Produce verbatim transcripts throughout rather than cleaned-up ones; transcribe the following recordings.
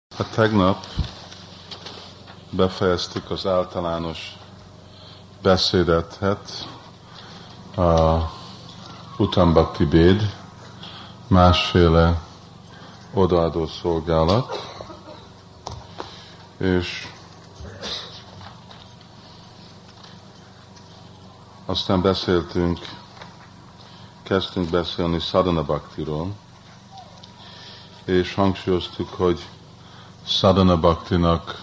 Hát tegnap befejeztük az általános beszédet, a Uttam Bhakti Béd, másféle odaadó szolgálat, és aztán beszéltünk, kezdtünk beszélni Sadhana Bhaktiról, és hangsúlyoztuk, hogy Sadhana Bhaktinak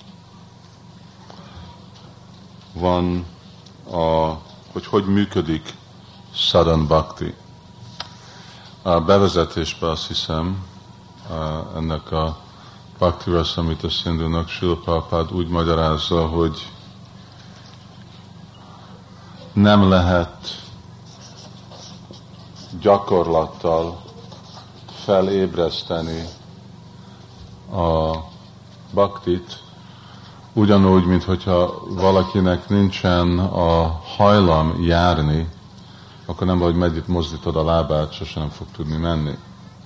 van, a, hogy hogy működik Sadhana Bhakti. A bevezetésben azt hiszem, ennek a Bhakti Rasamrita Sindhunak Srila Prabhupád úgy magyarázza, hogy nem lehet gyakorlattal felébreszteni a bhaktit, ugyanúgy, mint hogyha valakinek nincsen a hajlam járni, akkor nem vagy medit mozdítod a lábát, sosem nem fog tudni menni.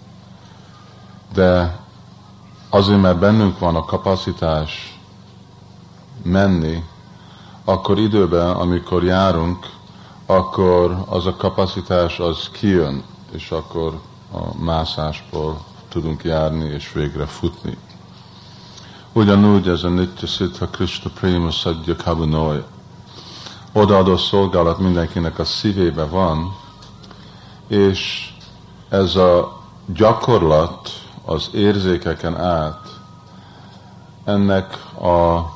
De azért, mert bennünk van a kapacitás menni, akkor időben, amikor járunk, akkor az a kapacitás az kijön, és akkor a mászásból tudunk járni és végre futni. Ugyanúgy ez a Nitya Siddha Krishna Prema Sadhya Kabanoya. Odaadó szolgálat mindenkinek a szívébe van, és ez a gyakorlat az érzékeken át, ennek a, a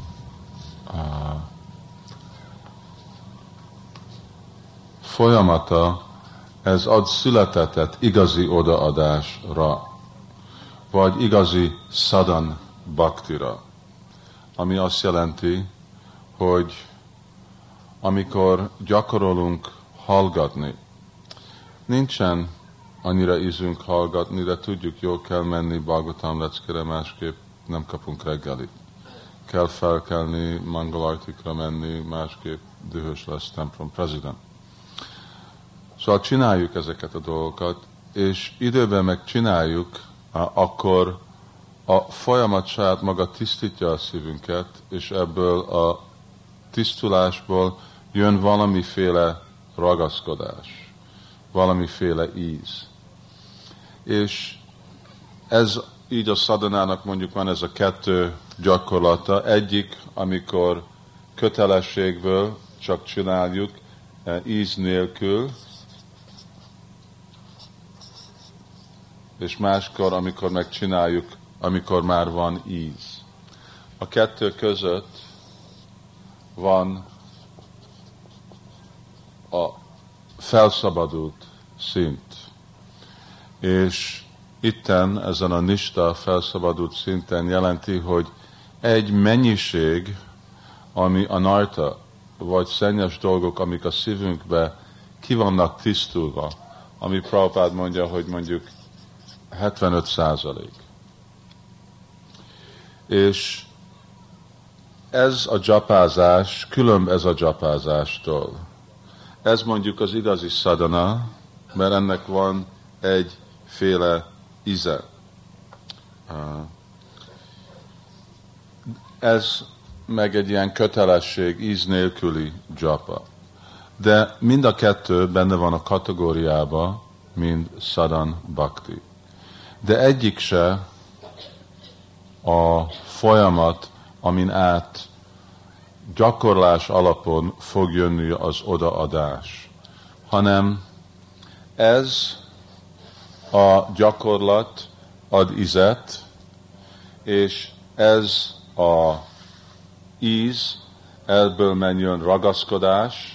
folyamata, ez ad születetet igazi odaadásra, vagy igazi sadhana bhaktira, ami azt jelenti, hogy amikor gyakorolunk hallgatni, nincsen annyira ízünk hallgatni, de tudjuk, jól kell menni Bhagavatam leckére, másképp nem kapunk reggelit. Kell felkelni, Mangalartikra menni, másképp dühös lesz templom prezident. Szóval csináljuk ezeket a dolgokat, és időben meg csináljuk, akkor a folyamat saját maga tisztítja a szívünket, és ebből a tisztulásból jön valamiféle ragaszkodás, valamiféle íz. És ez így a szadanának mondjuk van ez a kettő gyakorlata. Egyik, amikor kötelességből csak csináljuk, íz nélkül, és máskor, amikor megcsináljuk, amikor már van íz. A kettő között van a felszabadult szint. És itten, ezen a nista felszabadult szinten jelenti, hogy egy mennyiség, ami a narta, vagy szennyes dolgok, amik a szívünkbe ki vannak tisztulva, ami Prabhupád mondja, hogy mondjuk hetvenöt százalék. És ez a dzsapázás, különb ez a dzsapázástól. Ez mondjuk az igazi sadhana, mert ennek van egyféle íze. Ez meg egy ilyen kötelesség, íz nélküli dzsapa. De mind a kettő benne van a kategóriába, mint sadhana bhakti. De egyik se a folyamat, amin át gyakorlás alapon fog jönni az odaadás, hanem ez a gyakorlat ad ízet, és ez a íz, ebből menjön ragaszkodás,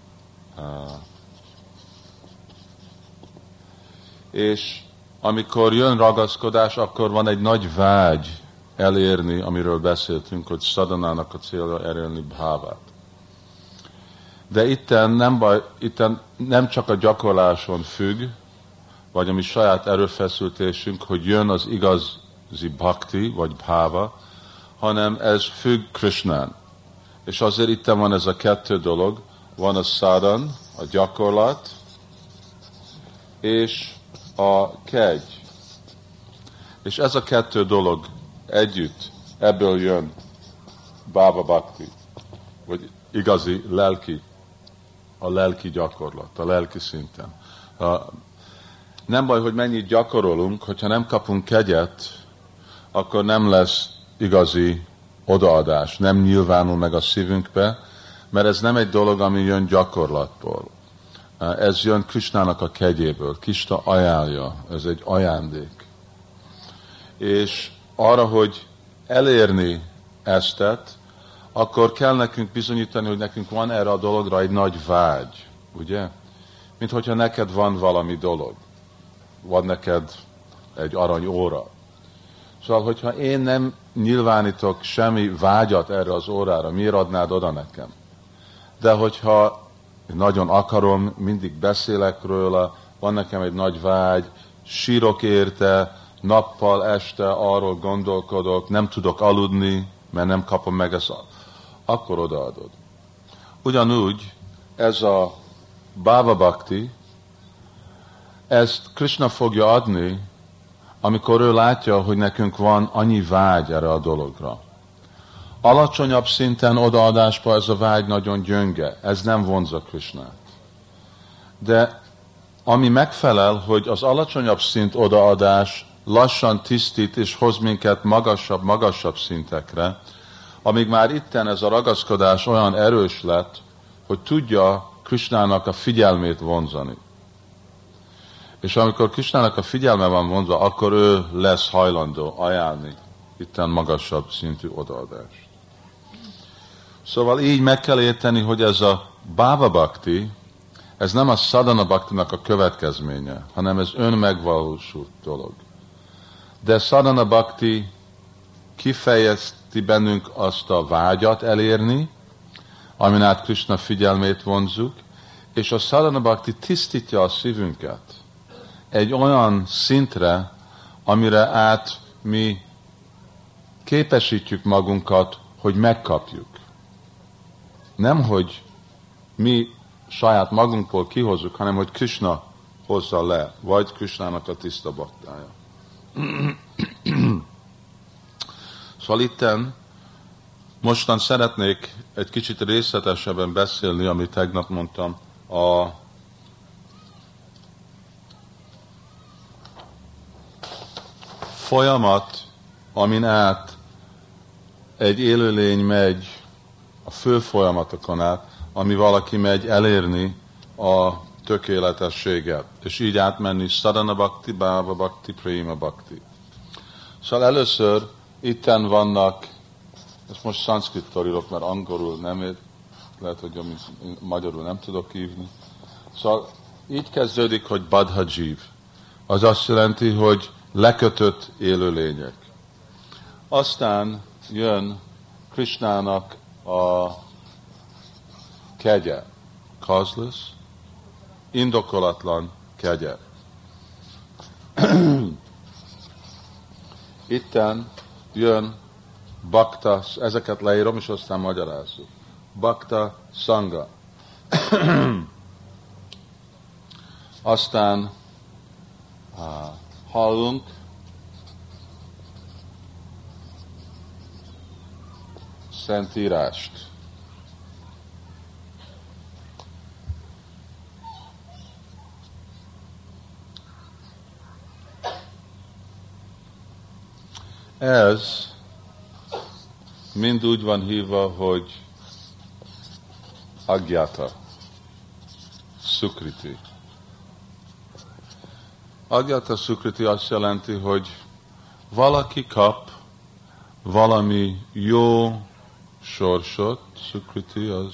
és amikor jön ragaszkodás, akkor van egy nagy vágy elérni, amiről beszéltünk, hogy szadanának a célja elérni bhávát. De itten nem, baj, itten nem csak a gyakorláson függ, vagy a mi saját erőfeszültésünk, hogy jön az igazi bhakti, vagy bháva, hanem ez függ Krishnán. És azért itten van ez a kettő dolog, van a sadhan, a gyakorlat, és a kegy. És ez a kettő dolog együtt, ebből jön Bhava Bhakti, vagy igazi lelki, a lelki gyakorlat, a lelki szinten. Nem baj, hogy mennyit gyakorolunk, hogyha nem kapunk kegyet, akkor nem lesz igazi odaadás, nem nyilvánul meg a szívünkbe, mert ez nem egy dolog, ami jön gyakorlatból. Ez jön Krisnának a kegyéből. Krishna ajánlja, ez egy ajándék. És arra, hogy elérni eztet, akkor kell nekünk bizonyítani, hogy nekünk van erre a dologra egy nagy vágy, ugye? Mint hogyha neked van valami dolog. Van neked egy arany óra. Szóval, hogyha én nem nyilvánítok semmi vágyat erre az órára, miért adnád oda nekem? De hogyha nagyon akarom, mindig beszélek róla, van nekem egy nagy vágy, sírok érte, nappal, este arról gondolkodok, nem tudok aludni, mert nem kapom meg ezt, akkor odaadod. Ugyanúgy ez a Bhava Bhakti, ezt Krishna fogja adni, amikor ő látja, hogy nekünk van annyi vágy erre a dologra. Alacsonyabb szinten odaadásba ez a vágy nagyon gyönge, ez nem vonzza Krishnát. De ami megfelel, hogy az alacsonyabb szint odaadás lassan tisztít és hoz minket magasabb, magasabb szintekre, amíg már itten ez a ragaszkodás olyan erős lett, hogy tudja Krishnának a figyelmét vonzani. És amikor Krishnának a figyelme van vonzva, akkor ő lesz hajlandó ajánlni itten magasabb szintű odaadást. Szóval így meg kell érteni, hogy ez a Bhava Bhakti, ez nem a Sadhana Bhaktinak a következménye, hanem ez önmegvalósult dolog. De Sadhana Bhakti kifejezti bennünk azt a vágyat elérni, amin át Krishna figyelmét vonzuk, és a Sadhana Bhakti tisztítja a szívünket egy olyan szintre, amire át mi képesítjük magunkat, hogy megkapjuk. Nem, hogy mi saját magunkból kihozzuk, hanem, hogy Krishna hozza le, vagy Krishnának a tiszta baktája. Szóval itten mostan szeretnék egy kicsit részletesebben beszélni, amit tegnap mondtam, a folyamat, amin át egy élőlény megy a fő folyamatokon át, ami valaki megy elérni a tökéletességet, és így átmenni Sadhana Bhakti, Bhava Bhakti, Prema Bhakti. Szóval először itten vannak, ezt most szanszkrittal írok, mert angolul nem ér, lehet, hogy magyarul nem tudok hívni. Szóval így kezdődik, hogy Badha Jeev. Az azt jelenti, hogy lekötött élőlények. Aztán jön Krishnának a kegye, causeless, indokolatlan kegye. Itten jön Bhakta, ezeket leírom, és aztán magyarázzuk. Bhakta Sangha. Aztán uh, hallunk Szentírást. Ez mind úgy van hívva, hogy Agyata, Sukriti. Agyata Sukriti azt jelenti, hogy valaki kap valami jó sorsot, Sukriti az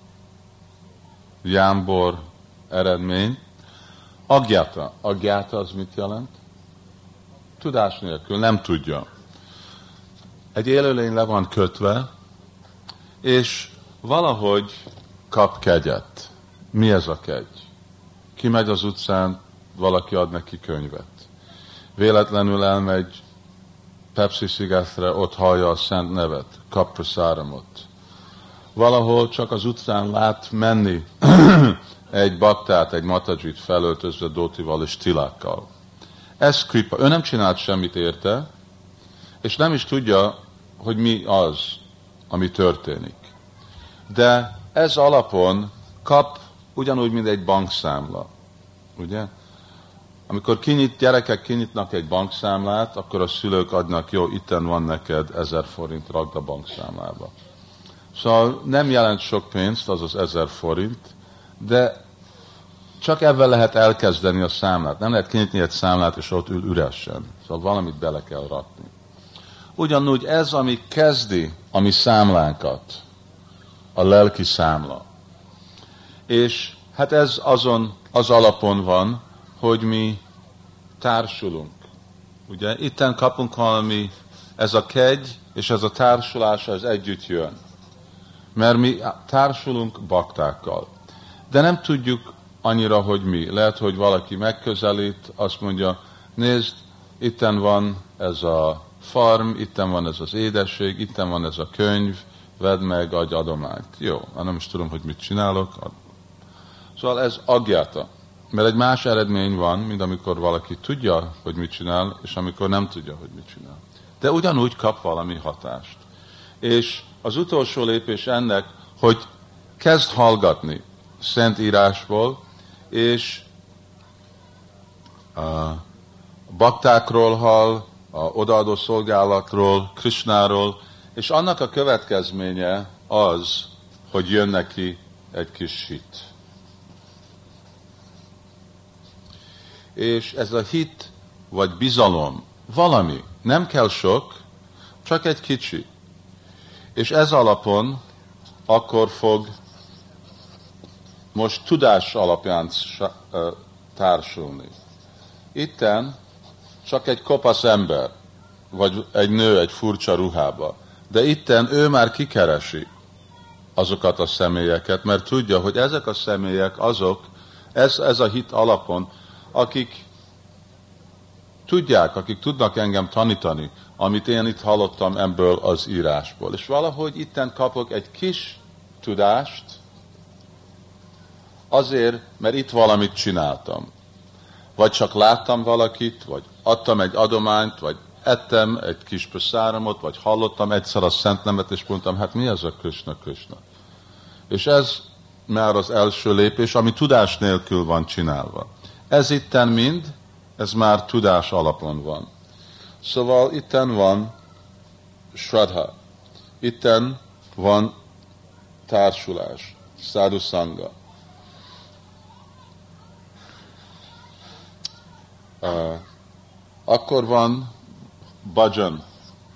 jámbor eredmény. Agyata. Agyata az mit jelent? Tudás nélkül, nem tudja. Egy élőlény le van kötve, és valahogy kap kegyet. Mi ez a kegy? Kimegy az utcán, valaki ad neki könyvet. Véletlenül elmegy Pepsi szigetre, ott hallja a szent nevet, kap prasáramot. Valahol csak az utcán lát menni egy baktát, egy matajit felöltözve dótival és tilákkal. Ez kripa. Ő nem csinált semmit érte, és nem is tudja, hogy mi az, ami történik. De ez alapon kap ugyanúgy, mint egy bankszámla. Ugye? Amikor kinyit, gyerekek kinyitnak egy bankszámlát, akkor a szülők adnak, jó, itten van neked ezer forint, ragd a bankszámlába. Szóval nem jelent sok pénzt, az az ezer forint, de csak ebben lehet elkezdeni a számlát. Nem lehet kinyitni egy számlát, és ott ül üresen. Szóval valamit bele kell rakni. Ugyanúgy ez, ami kezdi a mi számlánkat, a lelki számla. És hát ez azon az alapon van, hogy mi társulunk. Ugye, itten kapunk valami, ez a kegy, és ez a társulás, ez együtt jön. Mert mi társulunk baktákkal. De nem tudjuk annyira, hogy mi. Lehet, hogy valaki megközelít, azt mondja, nézd, itten van ez a farm, itten van ez az édesség, itten van ez a könyv, vedd meg, adj adományt. Jó, nem is tudom, hogy mit csinálok. Szóval ez agjáta. Mert egy más eredmény van, mint amikor valaki tudja, hogy mit csinál, és amikor nem tudja, hogy mit csinál. De ugyanúgy kap valami hatást. És az utolsó lépés ennek, hogy kezd hallgatni Szentírásból, és a baktákról hall, a odaadó szolgálatról, Krishnáról, és annak a következménye az, hogy jön neki egy kis hit. És ez a hit, vagy bizalom, valami, nem kell sok, csak egy kicsi. És ez alapon akkor fog most tudás alapján társulni. Itten csak egy kopasz ember, vagy egy nő egy furcsa ruhába. De itten ő már kikeresi azokat a személyeket, mert tudja, hogy ezek a személyek azok, ez, ez a hit alapon, akik tudják, akik tudnak engem tanítani, amit én itt hallottam ebből az írásból. És valahogy itten kapok egy kis tudást, azért, mert itt valamit csináltam. Vagy csak láttam valakit, vagy adtam egy adományt, vagy ettem egy kis praszáramot, vagy hallottam egyszer a Szent Nevet, és mondtam, hát mi ez a Krishna, Krishna? És ez már az első lépés, ami tudás nélkül van csinálva. Ez itten mind, ez már tudás alapon van. Szóval itten van Shraddha, itten van társulás, Sadhu Sangha. Uh, akkor van bhajan,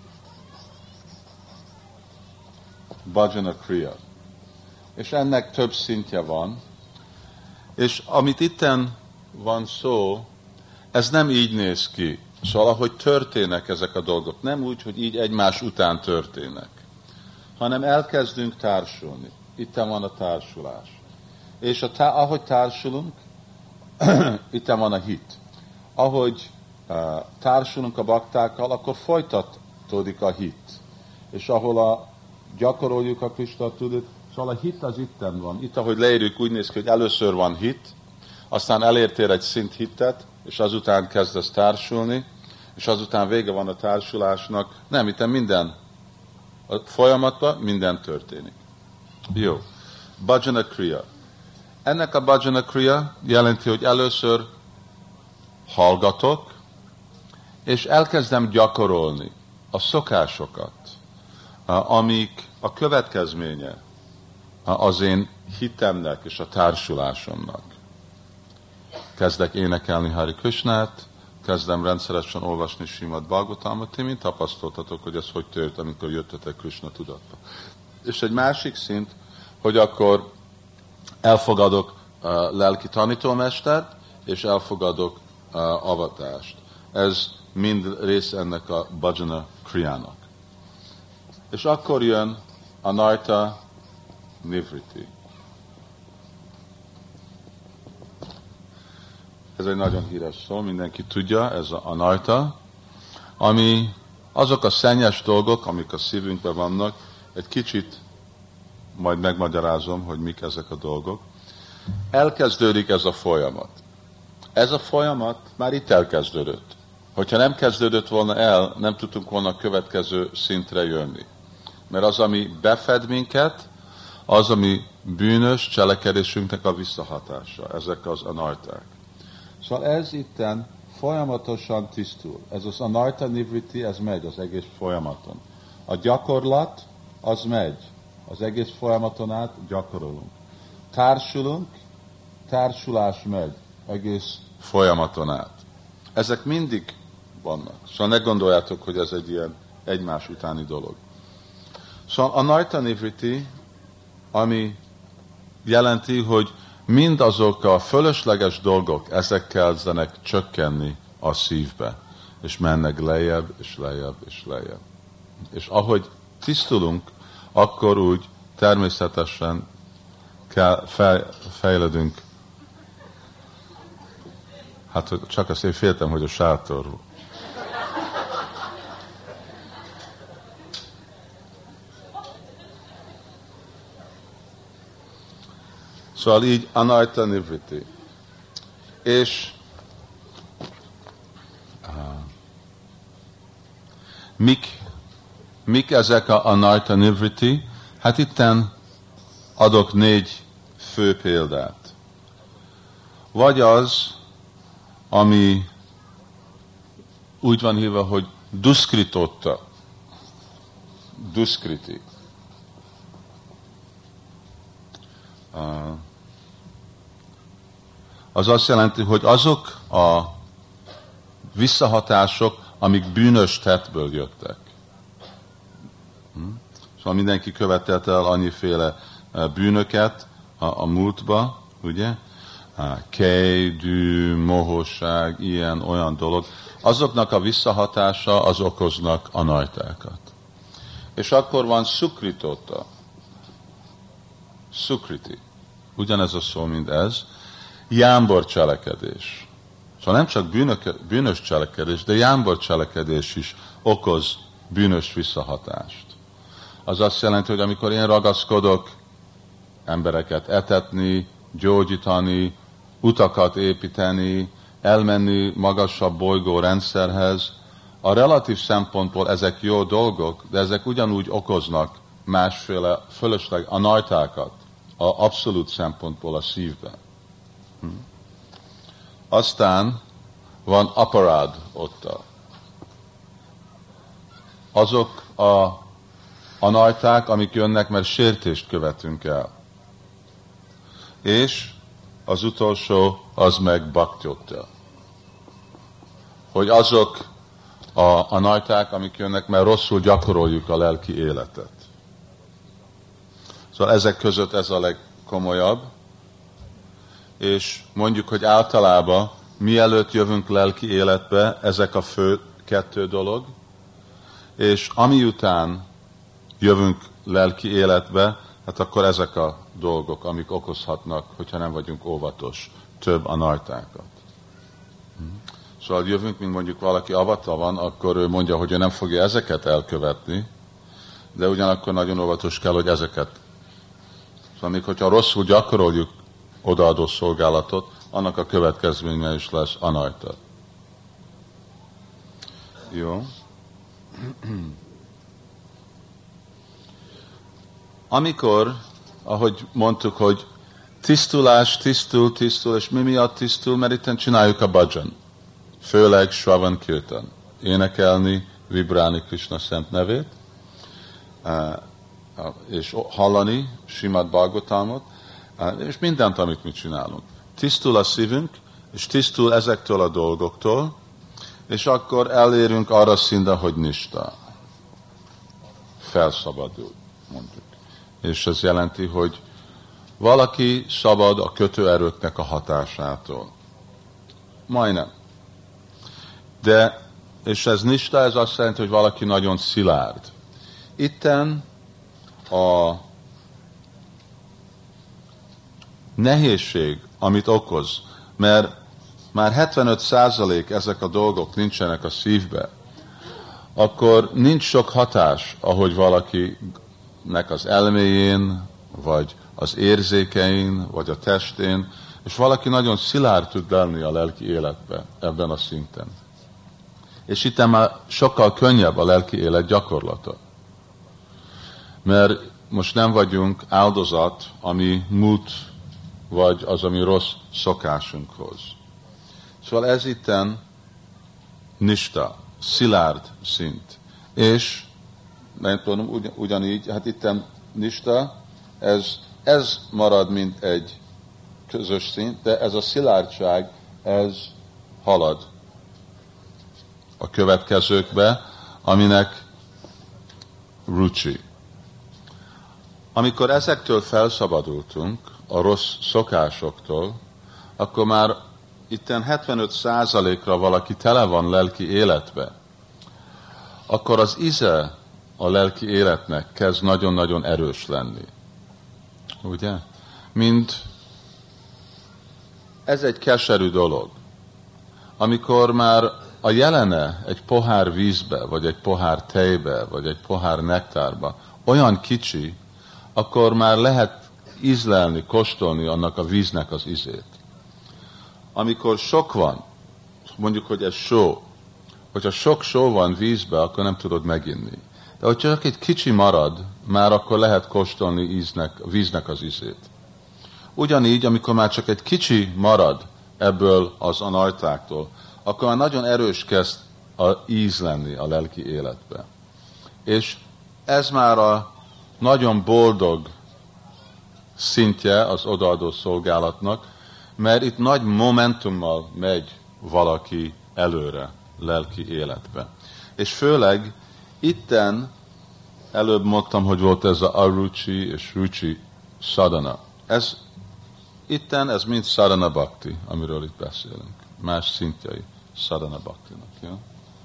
bhajana kriya. És ennek több szintje van. És amit itten van szó, ez nem így néz ki. Szóval, ahogy történnek ezek a dolgok. Nem úgy, hogy így egymás után történnek. Hanem elkezdünk társulni. Itten van a társulás. És a tá- ahogy társulunk, itten van a hit. Ahogy uh, társulunk a baktákkal, akkor folytatódik a hit. És ahol a, gyakoroljuk a Krishna tudat, szóval a hit az itten van. Itt, ahogy leírjuk, úgy néz ki, hogy először van hit, aztán elértél egy szint hittet, és azután kezdesz társulni, és azután vége van a társulásnak. Nem, itten minden a folyamatban minden történik. Jó. Bhajana kriya. Ennek a bhajana kriya jelenti, hogy először hallgatok, és elkezdem gyakorolni a szokásokat, amik a következménye az én hitemnek és a társulásomnak. Kezdek énekelni Hari Krishnát, kezdem rendszeresen olvasni Srimad Bhagavatamot, ti mind tapasztaltatok, hogy ez hogy tört, amikor jöttetek Krishna tudatba. És egy másik szint, hogy akkor elfogadok uh, lelki tanítómestert, és elfogadok uh, avatást. Ez mind része ennek a bhajana kriyának. És akkor jön a Anartha Nivriti. Ez egy nagyon híres szó, mindenki tudja, ez a Anartha, ami azok a szennyes dolgok, amik a szívünkben vannak, egy kicsit majd megmagyarázom, hogy mik ezek a dolgok. Elkezdődik ez a folyamat. Ez a folyamat már itt elkezdődött. Hogyha nem kezdődött volna el, nem tudtunk volna a következő szintre jönni. Mert az, ami befed minket, az, ami bűnös cselekedésünknek a visszahatása. Ezek az anarták. Szóval ez itten folyamatosan tisztul. Ez az anarta nivriti, ez megy az egész folyamaton. A gyakorlat, az megy. Az egész folyamaton át gyakorolunk. Társulunk, társulás megy. Egész folyamaton át. Ezek mindig vannak. Szóval ne gondoljátok, hogy ez egy ilyen egymás utáni dolog. Szóval a anarta nivriti, ami jelenti, hogy mindazok a fölösleges dolgok, ezek kezdenek csökkenni a szívbe, és mennek lejjebb, és lejjebb, és lejjebb. És ahogy tisztulunk, akkor úgy természetesen kell, fej, fejledünk. Hát csak azt én féltem, hogy a sátorról. Szóval így anarta nivriti. És uh, mik, mik ezek a anarta nivriti? Hát itten adok négy fő példát. Vagy az, ami úgy van hívva, hogy duszkritotta. Duszkriti. Uh, az azt jelenti, hogy azok a visszahatások, amik bűnös tettből jöttek. Hm? Szóval mindenki követett el annyiféle bűnöket a, a múltba, ugye? Kej, dű, mohosság, ilyen, olyan dolog. Azoknak a visszahatása, az okoznak anartákat. És akkor van szukritotta. Szukriti. Ugyanez a szó, mint ez. Jámbor cselekedés. Szóval nem csak bűnök, bűnös cselekedés, de jámbor cselekedés is okoz bűnös visszahatást. Az azt jelenti, hogy amikor én ragaszkodok embereket etetni, gyógyítani, utakat építeni, elmenni magasabb bolygó rendszerhez, a relatív szempontból ezek jó dolgok, de ezek ugyanúgy okoznak másféle fölösleg anartákat a abszolút szempontból a szívben. Hm. Aztán van aparád ott. Azok a anarták, amik jönnek, mert sértést követünk el. És az utolsó, az meg baktyotta. Hogy azok a anarták, amik jönnek, mert rosszul gyakoroljuk a lelki életet. Szóval ezek között ez a legkomolyabb, és mondjuk, hogy általában mielőtt jövünk lelki életbe, ezek a fő kettő dolog, és amiután jövünk lelki életbe, hát akkor ezek a dolgok, amik okozhatnak, hogyha nem vagyunk óvatos, több anartákat. Szóval jövünk, mint mondjuk valaki avata van, akkor ő mondja, hogy ő nem fogja ezeket elkövetni, de ugyanakkor nagyon óvatos kell, hogy ezeket. Szóval még hogyha rosszul gyakoroljuk odaadó szolgálatot, annak a következménye is lesz anarta. Jó. Amikor, ahogy mondtuk, hogy tisztulás, tisztul, tisztul, és mi miatt tisztul, mert itten csináljuk a bhajan. Főleg Shravan Kirtan. Énekelni, vibrálni Krishna szent nevét, és hallani Srimad Bhagavatamot, és mindent, amit mi csinálunk. Tisztul a szívünk, és tisztul ezektől a dolgoktól, és akkor elérünk arra szintre, hogy nista. Felszabadul, mondjuk. És ez jelenti, hogy valaki szabad a kötőerőknek a hatásától. Majdnem. De, és ez nista, ez azt jelenti, hogy valaki nagyon szilárd. Itten a nehézség, amit okoz, mert már hetvenöt százalék ezek a dolgok nincsenek a szívbe, akkor nincs sok hatás, ahogy valakinek az elméjén, vagy az érzékein, vagy a testén, és valaki nagyon szilárd tud lenni a lelki életbe ebben a szinten. És itt már sokkal könnyebb a lelki élet gyakorlata. Mert most nem vagyunk áldozat, ami múlt, vagy az, ami rossz szokásunkhoz. Szóval ez itten nista, szilárd szint. És, nem tudom, ugy, ugyanígy, hát itten nista, ez, ez marad, mint egy közös szint, de ez a szilárdság, ez halad a következőkbe, aminek rucsi. Amikor ezektől felszabadultunk, a rossz szokásoktól, akkor már itten hetvenöt százalékra valaki tele van lelki életbe, akkor az íze a lelki életnek kezd nagyon-nagyon erős lenni. Ugye? Mint ez egy keserű dolog. Amikor már a jelene egy pohár vízbe, vagy egy pohár tejbe, vagy egy pohár nektárba olyan kicsi, akkor már lehet ízlelni, kóstolni annak a víznek az ízét. Amikor sok van, mondjuk, hogy ez só, hogyha sok só van vízbe, akkor nem tudod meginni. De hogy csak egy kicsi marad, már akkor lehet kóstolni íznek, víznek az ízét. Ugyanígy, amikor már csak egy kicsi marad ebből az anajtáktól, akkor már nagyon erős kezd a íz lenni a lelki életbe. És ez már a nagyon boldog szintje az odaadó szolgálatnak, mert itt nagy momentummal megy valaki előre lelki életbe. És főleg itten, előbb mondtam, hogy volt ez a arucsi és rucsi sadhana. Ez itten, ez mind sadhana bhakti, amiről itt beszélünk. Más szintjei sadhana bhaktinak. Ja?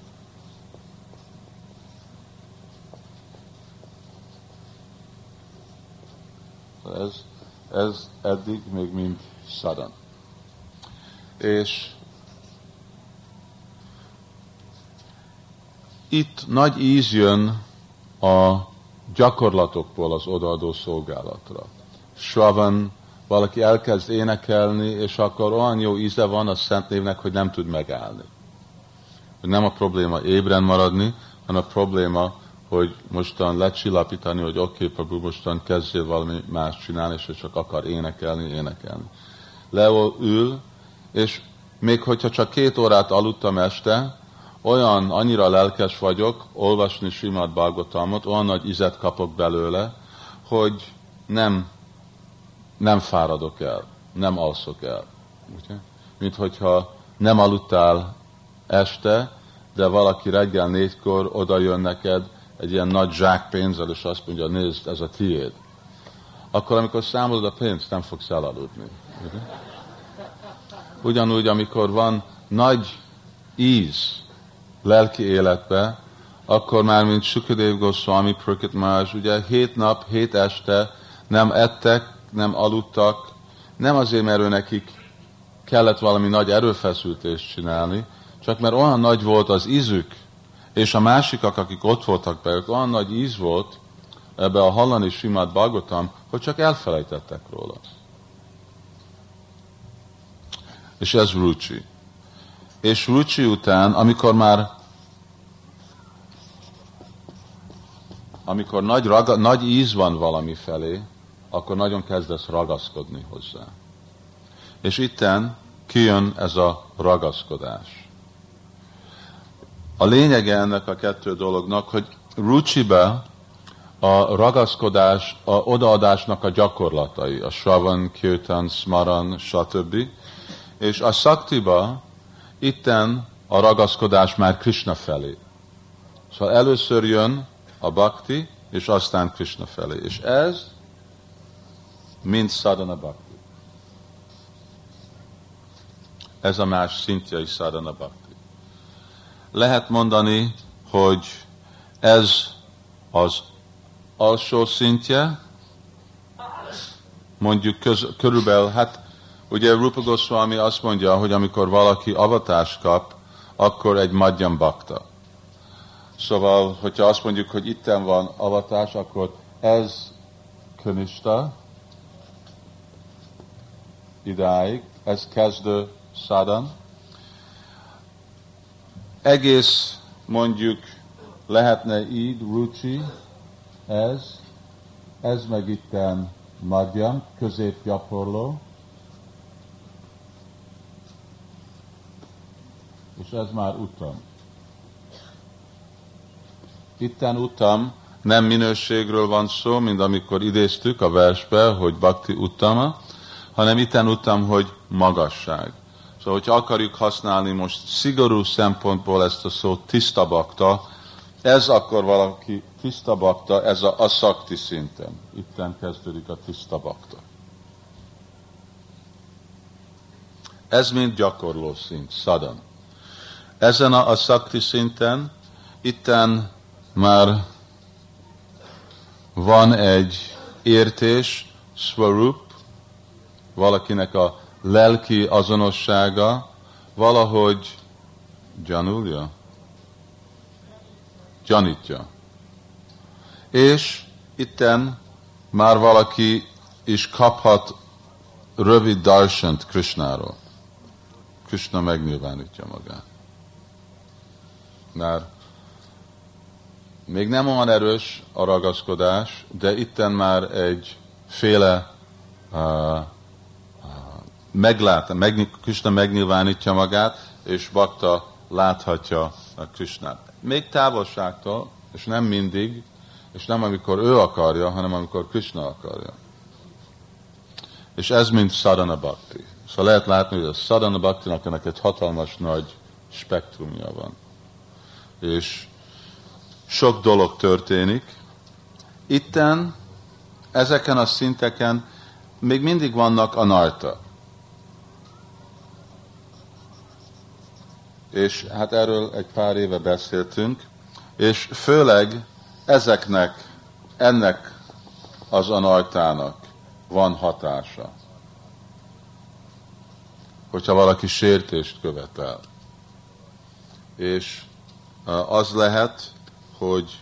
Ez, ez eddig még mind sadhana. És itt nagy íz jön a gyakorlatokból az odaadó szolgálatra. Shravan, valaki elkezd énekelni, és akkor olyan jó íze van a Szent Névnek, hogy nem tud megállni. Nem a probléma ébren maradni, hanem a probléma, hogy mostan lecsillapítani, hogy oké, okay, Prabhu, mostan kezdjél valami más csinálni, és csak akar énekelni, énekelni. Leül, és még hogyha csak két órát aludtam este, olyan, annyira lelkes vagyok, olvasni Srimad Bhagavatamot, olyan nagy ízet kapok belőle, hogy nem, nem fáradok el, nem alszok el. Ugye? Mint hogyha nem aludtál este, de valaki reggel négykor oda jön neked egy ilyen nagy zsák pénzzel, és azt mondja, nézd, ez a tiéd. Akkor, amikor számolod a pénzt, nem fogsz elaludni. Ugye? Ugyanúgy, amikor van nagy íz lelki életbe, akkor már, mint Sukadev Goswami, Prakrit Maharaj, ugye hét nap, hét este nem ettek, nem aludtak, nem azért, mert ő nekik kellett valami nagy erőfeszültést csinálni, csak mert olyan nagy volt az ízük, és a másikak, akik ott voltak be, olyan nagy íz volt ebbe a hallani Srimad Bhagavatam, hogy csak elfelejtettek róla. És ez rucsi. És rucsi után, amikor már amikor nagy, raga, nagy íz van valami felé, akkor nagyon kezdesz ragaszkodni hozzá. És itten kijön ez a ragaszkodás. A lényege ennek a kettő dolognak, hogy rucsibe a ragaszkodás, a odaadásnak a gyakorlatai, a Shravan, Kirtan, Smaran, stb. És a Saktiba itten a ragaszkodás már Krishna felé. Szóval először jön a Bhakti, és aztán Krishna felé. És ez mind Sadhana Bhakti. Ez a más szintje is Sadhana Bhakti. Lehet mondani, hogy ez az alsó szintje, mondjuk köz, körülbelül, hát ugye Rupa Goswami azt mondja, hogy amikor valaki avatást kap, akkor egy madhyam bhakta. Szóval, hogyha azt mondjuk, hogy itten van avatás, akkor ez kanista, idáig, ez kezdő sadhan, egész mondjuk lehetne így, rucsi, ez, ez meg itten madhyam, középgyakorló, és ez már utam. Itten utam, nem minőségről van szó, mint amikor idéztük a versbe, hogy bhakti uttama, hanem itten utam, hogy magasság. Szóval, hogyha akarjuk használni most szigorú szempontból ezt a szót, tiszta bakta, ez akkor valaki tiszta bakta, ez a aszakti szinten. Itten kezdődik a tiszta bakta. Ez mind gyakorló szint, szadan. Ezen a aszakti szinten, itten már van egy értés, swarup, valakinek a lelki azonossága, valahogy gyanulja, gyanítja. És itten már valaki is kaphat rövid darshant Krishnáról. Krishna megnyilvánítja magát. Már még nem olyan erős a ragaszkodás, de itten már egy féle uh, uh, meglát, meg, Krishna megnyilvánítja magát, és bakta láthatja a Krishnát. Még távolságtól, és nem mindig, és nem amikor ő akarja, hanem amikor Krishna akarja. És ez mind sadhana bhakti. Szóval lehet látni, hogy a sadhana bhaktinak ennek egy hatalmas nagy spektrumja van. És sok dolog történik. Itten, ezeken a szinteken még mindig vannak anarta. És hát erről egy pár éve beszéltünk, és főleg ezeknek, ennek az anartának van hatása. Hogyha valaki sértést követel. És az lehet, hogy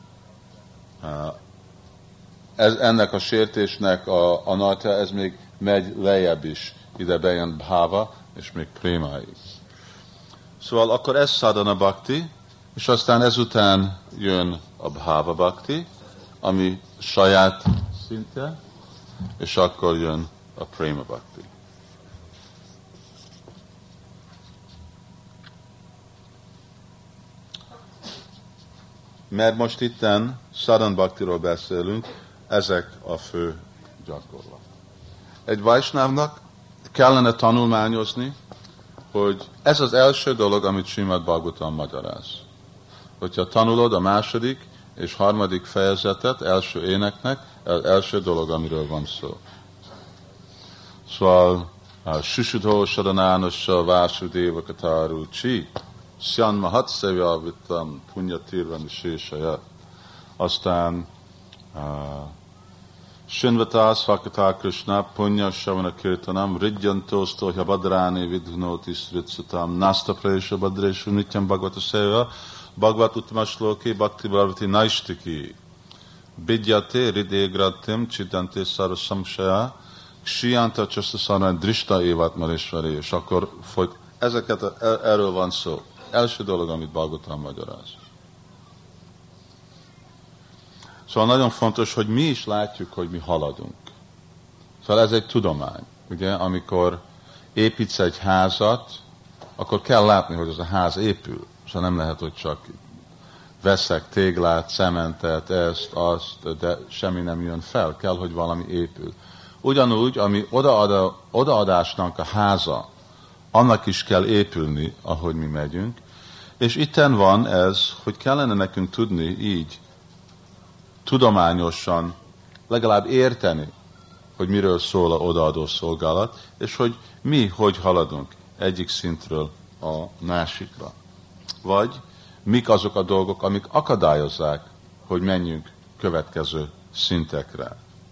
ez, ennek a sértésnek a, a narta, ez még megy lejjebb is, ide bejön bhava, és még prémáig. Szóval akkor ez sadhana bhakti, és aztán ezután jön a bhava bhakti, ami saját szinte, és akkor jön a prema bhakti. Mert most itten sadhana bhaktiról beszélünk, ezek a fő gyakorlat. Egy Vaisnavnak kellene tanulmányozni, hogy ez az első dolog, amit Srimad Bhagavatam magyaráz. Hogyha tanulod a második és harmadik fejezetet első éneknek, az első dolog, amiről van szó. Szóval, Susudho Sadanánassa Vásudéva Kataru Csi, Szyan Mahatszevya Vittam Punyatirvan Sésaja. Aztán Shinvatas Vakata Krishna Punya Shavana Kirtanam Ridjantosto Hyabadráni Vidhnoti Sritsutam Nasta Prayesha Badreshu Nityam Bhagavata Seva Bhagavat Uttamaslóki Bhakti Bharvati Naistiki Bidyate Ridégratim Csidante Sarasamsaya Ksiyanta Csasztasana Drishta Évat Maresvari. És akkor folyt, ezeket, erről van szó. Első dolog, amit Bhagavatam magyaráz. Szóval nagyon fontos, hogy mi is látjuk, hogy mi haladunk. Szóval ez egy tudomány. Ugye, amikor építsz egy házat, akkor kell látni, hogy az a ház épül. Szóval nem lehet, hogy csak veszek téglát, cementet, ezt, azt, de semmi nem jön fel. Kell, hogy valami épül. Ugyanúgy, ami odaad, odaadásnak a háza, annak is kell épülni, ahogy mi megyünk. És itten van ez, hogy kellene nekünk tudni így, tudományosan legalább érteni, hogy miről szól a odaadó szolgálat, és hogy mi hogy haladunk egyik szintről a másikra. Vagy mik azok a dolgok, amik akadályozzák, hogy menjünk következő szintekre.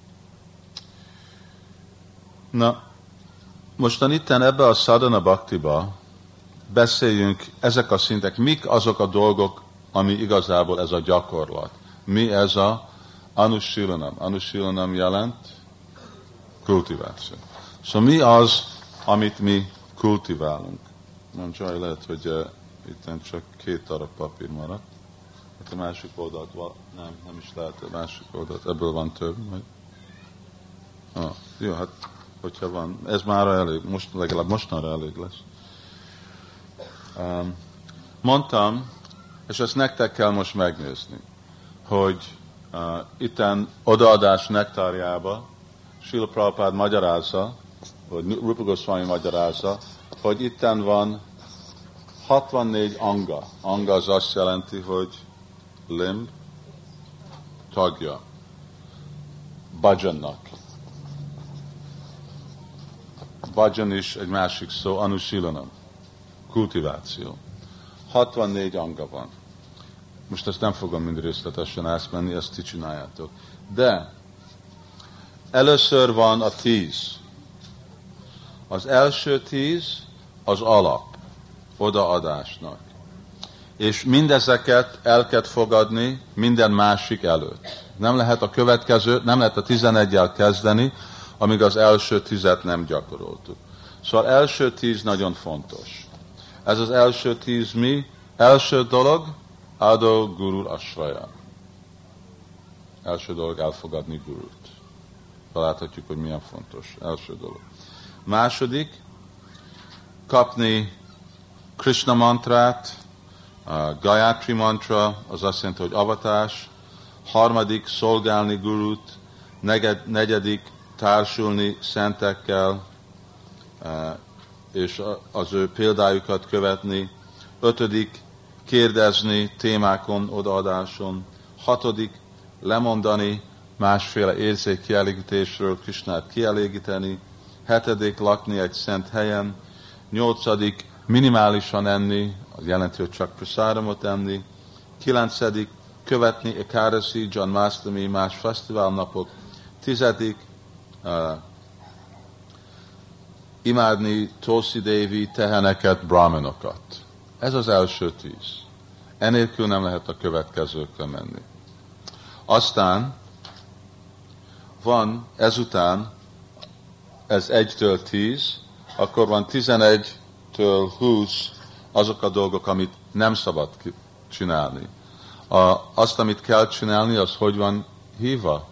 Na, mostan itten ebbe a sadhana bhaktiba beszéljünk ezek a szintek, mik azok a dolgok, ami igazából ez a gyakorlat. Mi ez a anushílanam? Anushílanam jelent kultiváció. Szóval mi az, amit mi kultiválunk? Nem csak lehet, hogy Itt csak két darab papír maradt. Hát a másik oldalt van, nem, nem is lehet a másik oldalt, ebből van több. Majd. Ah, jó, hát hogyha van, ez már elég, most, legalább mostanra elég lesz. Um, mondtam, és ezt nektek kell most megnézni, hogy uh, itten odaadás nektárjába Srila Prabhupád magyarázza, vagy Rupa Goswami magyarázza, hogy itten van hatvannégy anga. Anga az azt jelenti, hogy limb, tagja, bhajannak. Bhajan is egy másik szó, anusilanam, kultiváció. hatvannégy anga van. Most ezt nem fogom mind részletesen átmenni, ezt ti csináljátok. De először van a tíz. Az első tíz az alap odaadásnak. És mindezeket el kell fogadni minden másik előtt. Nem lehet a következő, nem lehet a tizeneggyel kezdeni, amíg az első tízet nem gyakoroltuk. Szóval első tíz nagyon fontos. Ez az első tíz mi? Első dolog, Ado Guru Asraya. Első dolog elfogadni Gurut. Találhatjuk, hogy milyen fontos. Első dolog. Második, kapni Krishna mantrát, a Gayatri mantra, az azt jelenti, hogy avatás. Harmadik, szolgálni Gurut. Neged, negyedik, társulni szentekkel, és az ő példájukat követni. Ötödik, kérdezni témákon, odaadáson. Hatodik, lemondani másféle érzékkielégítésről, Krishnát kielégíteni. Hetedik, lakni egy szent helyen. Nyolcadik, minimálisan enni, az jelenti, hogy csak prasáramot enni. Kilencedik, követni Ekadasi, Janmashtami, más fesztiválnapok. Tizedik, uh, imádni Tulsi Devi teheneket, brahmanokat. Ez az első tíz. Enélkül nem lehet a következőkre menni. Aztán van ezután, ez egytől tíz, akkor van tizenegytől húsz azok a dolgok, amit nem szabad csinálni. A, azt, amit kell csinálni, az hogy van hívva?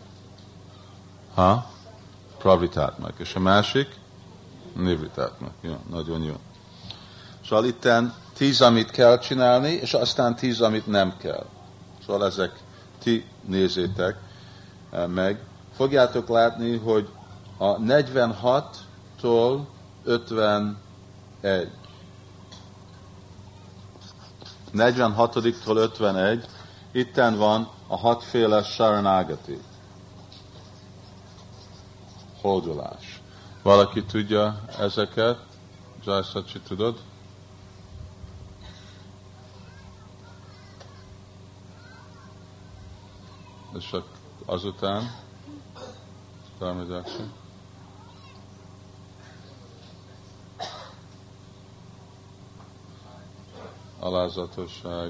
Ha? Pravritátmak. És a másik? Nivritátmak. Jó, nagyon jó. Szóval itten tíz, amit kell csinálni, és aztán tíz, amit nem kell. Szóval ezek ti nézzétek meg. Fogjátok látni, hogy a negyvenhattól ötvenegy. negyvenhatodiktól ötvenegy. Itten van a hatféle Sharanagati. Hódolás. Valaki tudja ezeket? Zsájszacsi, tudod? És azután Dharmajaksa. Alázatosság.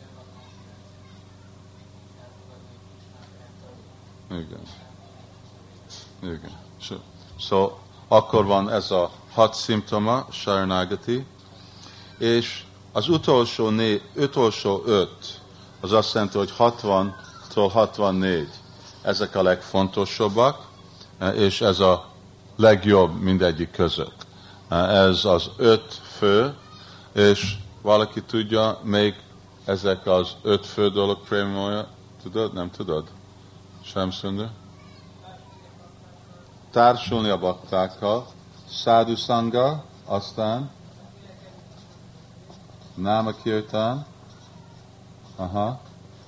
Igen. Igen. Szóval so, akkor van ez a hat szimptoma, Sharanagati, és az utolsó, né, utolsó öt, az azt jelenti, hogy hatvantól hatvannégy. Ezek a legfontosabbak, és ez a legjobb mindegyik között. Ez az öt fő, és valaki tudja, még ezek az öt fő dolog prémolja. Tudod? Nem tudod? Sem szündő? Társulni a baktákkal, Sadhu Sangha, aztán Náma Kirtan, aha,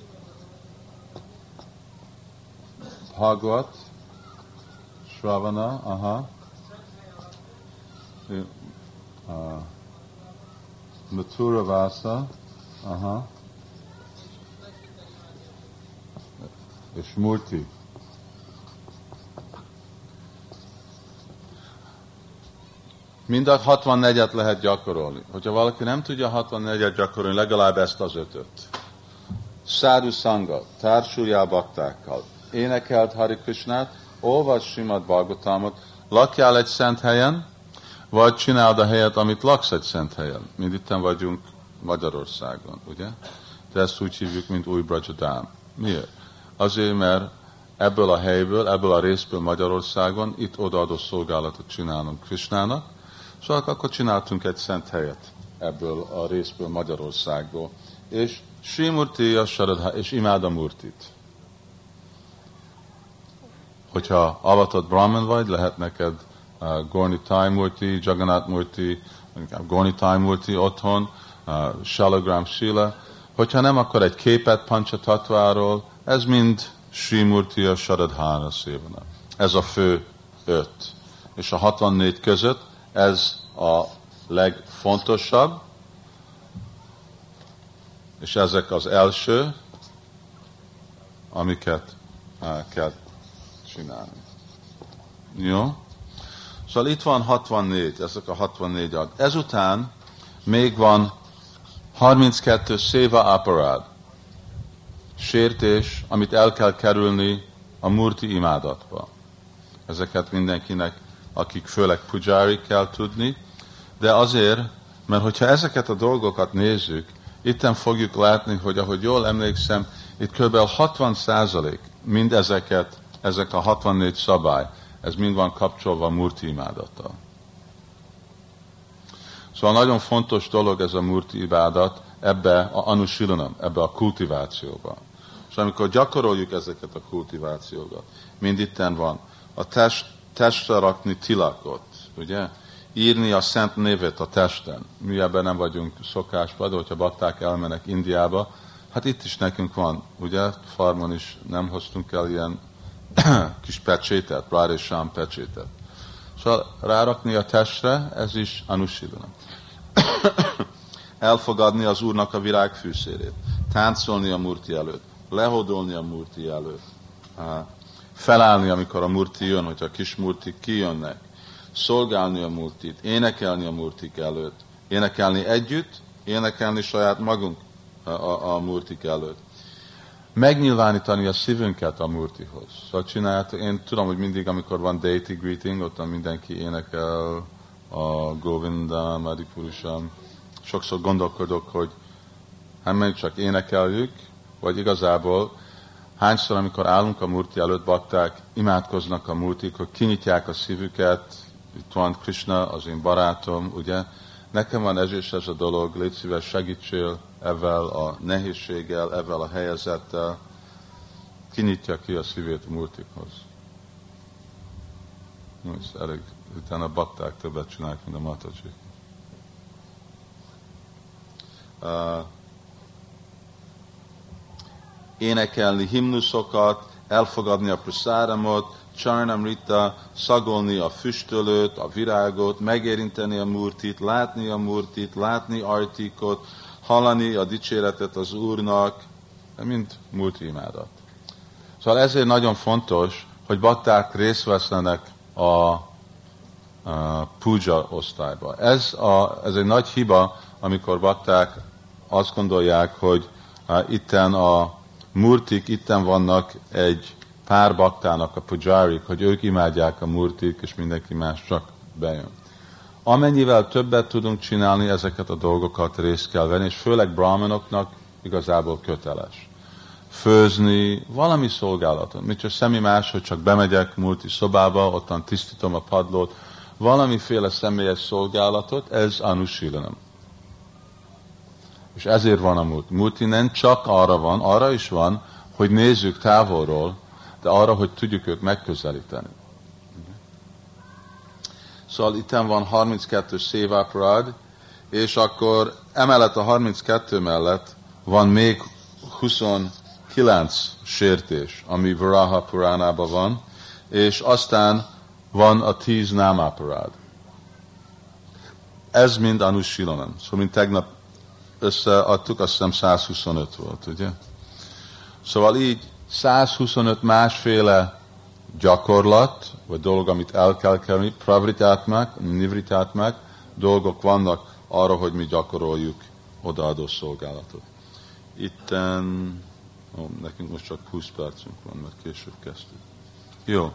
Bhagavat, Shravana, aha, uh, Mathura Vasa, aha, és Murti. Mind a hatvannegyet lehet gyakorolni. Hogyha valaki nem tudja hatvannegyet gyakorolni, legalább ezt az ötöt. Sadhu Sangha, társuljál baktákkal, énekelt Hari Krishnát, olvasd Srimad Bhagavatamot, lakjál egy szent helyen, vagy csináld a helyet, amit laksz egy szent helyen. Mind itten vagyunk Magyarországon, ugye? De ezt úgy hívjuk, mint Új Brajadám. Miért? Azért, mert ebből a helyből, ebből a részből Magyarországon itt odaadó szolgálatot csinálunk Krisnának, szóval akkor csináltunk egy szent helyet ebből a részből Magyarországból. És Sri Murti a Saradha, és imád a Murtit. Hogyha avatott Brahman vagy, lehet neked uh, Gornitai Murti, Jagannath Murti, Gornitai Murti otthon, uh, Shalagram Shila. Hogyha nem, akkor egy képet Panchatatváról, ez mind Sri Murti a Saradhana Szévana. Ez a fő öt. És a hatvannégy között ez a legfontosabb, és ezek az első, amiket uh, kell csinálni. Jó? Szóval itt van hatvannégy, ezek a hatvannégy ad. Ezután még van harminckettő széva aparád, sértés, amit el kell kerülni a murti imádatba. Ezeket mindenkinek, akik főleg pujári, kell tudni, de azért, mert hogyha ezeket a dolgokat nézzük, itten fogjuk látni, hogy ahogy jól emlékszem, itt kb. hatvan százalék mind ezeket, ezek a hatvannégy szabály, ez mind van kapcsolva a murti imádattal. Szóval nagyon fontos dolog ez a murti imádat ebbe a anusilanam, ebbe a kultivációba. És amikor gyakoroljuk ezeket a kultivációkat, mind itten van, a test, testre rakni tilakot, ugye? Írni a szent névet a testen. Mi ebben nem vagyunk szokásban, de hogyha bakták elmennek Indiába, hát itt is nekünk van, ugye? Farmon is nem hoztunk el ilyen kis pecsétet, Radha és Sám pecsétet. Szóval rárakni a testre, ez is anusilanam. Elfogadni az Úrnak a virágfűszérét, táncolni a murti előtt, lehódolni a murti előtt, felállni, amikor a murti jön, hogyha a kis murtik kijönnek, szolgálni a murtit, énekelni a murtik előtt, énekelni együtt, énekelni saját magunk a, a, a murtik előtt. Megnyilvánítani a szívünket a murtihoz. Szóval csináljátok, én tudom, hogy mindig, amikor van deity greeting, ott mindenki énekel a Govinda, Madhipurusam. Sokszor gondolkodok, hogy hát még csak énekeljük, vagy igazából hányszor, amikor állunk a murti előtt, bakták, imádkoznak a murtik, hogy kinyitják a szívüket, itt van Krishna, az én barátom, ugye? Nekem van ez és ez a dolog, légy szíves, segítsél ezzel a nehézséggel, ezzel a helyezettel, kinyitja ki a szívét a murtikhoz. No, ez elég, utána a bakták többet csinálják, mint a Mataji. Uh, énekelni himnuszokat, elfogadni a prasáramot, Charnamrita, szagolni a füstölőt, a virágot, megérinteni a murtit, látni a murtit, látni artikot, hallani a dicséretet az Úrnak, mind murti imádat. Szóval ezért nagyon fontos, hogy bakták részt vesznek a, a puja osztályba. Ez, a, ez egy nagy hiba, amikor bakták azt gondolják, hogy uh, itten a murtik, itten vannak egy pár baktának a pujárik, hogy ők imádják a murtik, és mindenki más csak bejön. Amennyivel többet tudunk csinálni, ezeket a dolgokat részt kell venni, és főleg brahmanoknak igazából köteles. Főzni, valami szolgálaton. Mit csak semmi más, hogy csak bemegyek murti szobába, ottan tisztítom a padlót, valamiféle személyes szolgálatot, ez anusilanam. És ezért van a murti. Murti nem csak arra van, arra is van, hogy nézzük távolról, de arra, hogy tudjuk őt megközelíteni. Szóval itt van harminckettő széváprad, és akkor emellett a harminckettő mellett van még huszonkilenc sértés, ami Varaha Puránában van, és aztán van a tíz námáparád. Ez mind anusilanam. Szóval mint tegnap összeadtuk, azt hiszem száz huszonöt volt, ugye? Szóval így száz huszonöt másféle gyakorlat, vagy dolog, amit el kell kerülni, pravritátmák, nivritátmák, dolgok vannak arra, hogy mi gyakoroljuk odaadó szolgálatot. Itten, ó, nekünk most csak húsz percünk van, mert később kezdtük. Jó.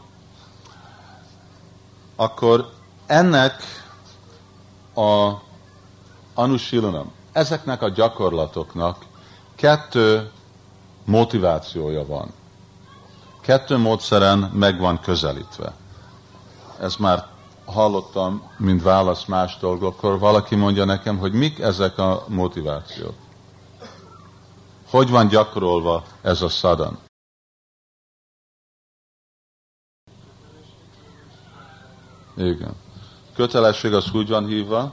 Akkor ennek a anusilanam, ezeknek a gyakorlatoknak kettő motivációja van. Kettő módszeren meg van közelítve. Ezt már hallottam, mint válasz más dolgokkor. Valaki mondja nekem, hogy mik ezek a motivációk. Hogy van gyakorolva ez a szadan? Igen. Kötelesség az úgy van hívva,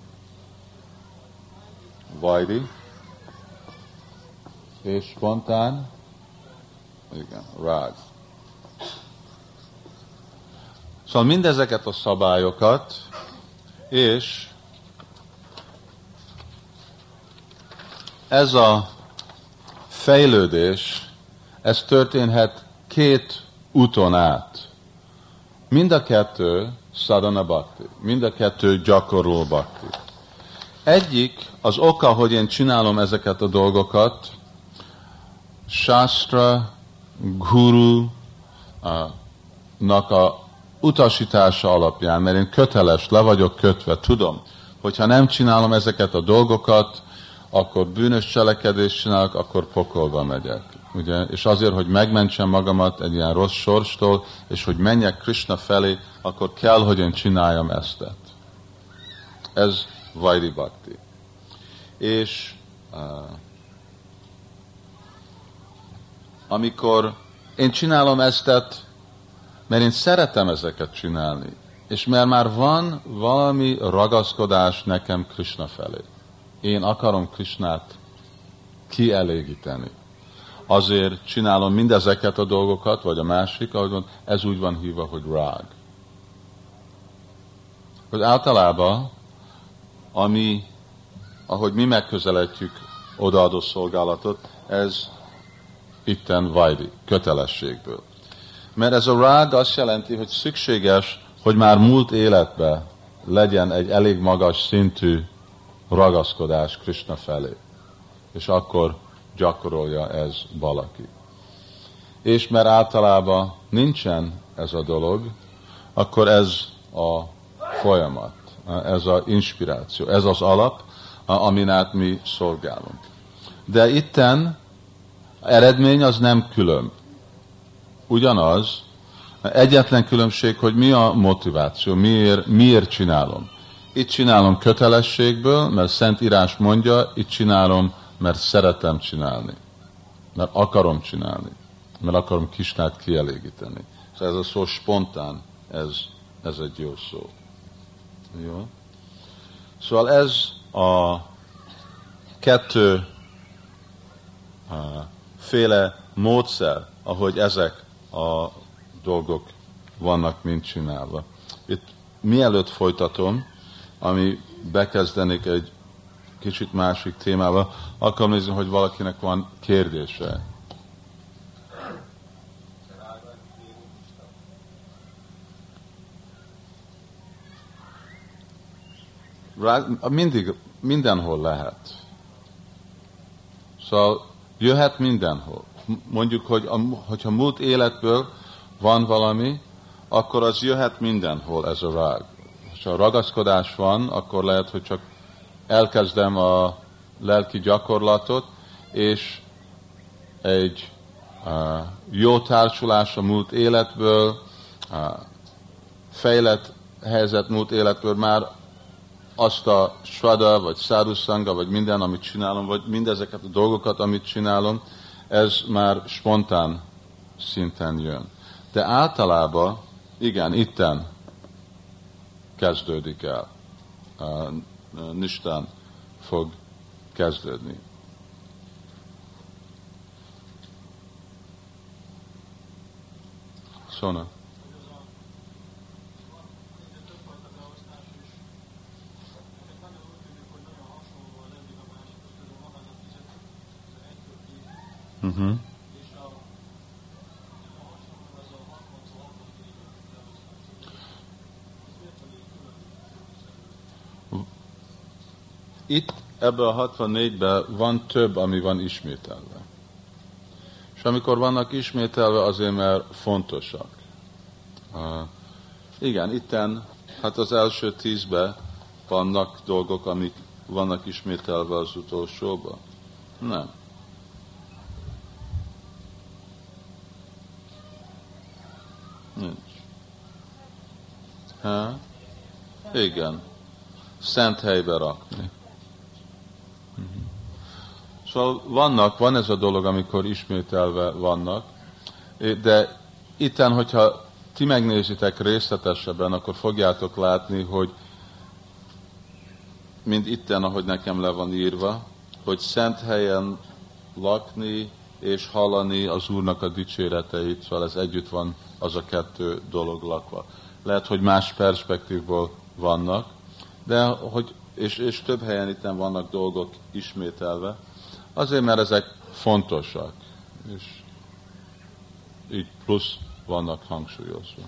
vajdi, és spontán, igen, rág. Szóval mindezeket a szabályokat, és ez a fejlődés, ez történhet két úton át. Mind a kettő sadhana bhakti, mind a kettő gyakorló bhakti. Egyik az oka, hogy én csinálom ezeket a dolgokat, Shastra, Guru nak a utasítása alapján, mert én köteles, le vagyok kötve, tudom, hogyha nem csinálom ezeket a dolgokat, akkor bűnös cselekedést csinálok, akkor pokolba megyek. Ugye? És azért, hogy megmentsem magamat egy ilyen rossz sorstól, és hogy menjek Krishna felé, akkor kell, hogy én csináljam ezt. Ez Vaidhi Bhakti. És uh, amikor én csinálom ezt, mert én szeretem ezeket csinálni, és mert már van valami ragaszkodás nekem Krishna felé. Én akarom Krishnát kielégíteni. Azért csinálom mindezeket a dolgokat, vagy a másik, ahogy mond, ez úgy van hívva, hogy rág. Hogy általában, ami, ahogy mi megközelítjük odaadó szolgálatot, ez itten vajdi, kötelességből. Mert ez a rág azt jelenti, hogy szükséges, hogy már múlt életben legyen egy elég magas szintű ragaszkodás Krishna felé. És akkor gyakorolja ez valaki. És mert általában nincsen ez a dolog, akkor ez a folyamat, ez az inspiráció, ez az alap, amin át mi szolgálunk. De itten eredmény az nem külön. Ugyanaz, egyetlen különbség, hogy mi a motiváció, miért, miért csinálom. Itt csinálom kötelességből, mert Szentírás mondja, itt csinálom, mert szeretem csinálni. Mert akarom csinálni. Mert akarom Krisnát kielégíteni. Szóval ez a szó spontán, ez, ez egy jó szó. Jó? Szóval ez a kettő a féle módszer, ahogy ezek a dolgok vannak mind csinálva. Itt mielőtt folytatom, ami bekezdenék egy kicsit másik témába, akarom nézni, hogy valakinek van kérdése. Mindig, mindenhol lehet. Szóval jöhet mindenhol. Mondjuk, hogy a, hogyha múlt életből van valami, akkor az jöhet mindenhol ez a rág. Ha ragaszkodás van, akkor lehet, hogy csak elkezdem a lelki gyakorlatot, és egy uh, jó társulás a múlt életből, uh, fejlett helyzet múlt életből már azt a svada, vagy száduszanga, vagy minden, amit csinálom, vagy mindezeket a dolgokat, amit csinálom, ez már spontán szinten jön. De általában, igen, itten kezdődik el. Uh, Nistán fog kezdődni. Szóna. Uh-huh. Itt ebben a hatvannégyben van több, ami van ismételve. És amikor vannak ismételve, azért mert fontosak. Uh, igen, itten, hát az első tízben vannak dolgok, amik vannak ismételve az utolsóban? Nem. Nincs. Ha? Igen. Szent helybe rakni. Szóval vannak, van ez a dolog, amikor ismételve vannak, de itten, hogyha ti megnézitek részletesebben, akkor fogjátok látni, hogy mint itten, ahogy nekem le van írva, hogy szent helyen lakni és hallani az Úrnak a dicséreteit, szóval ez együtt van az a kettő dolog lakva. Lehet, hogy más perspektívból vannak, de hogy, és, és több helyen itten vannak dolgok ismételve, azért, mert ezek fontosak, és így plusz vannak hangsúlyozva.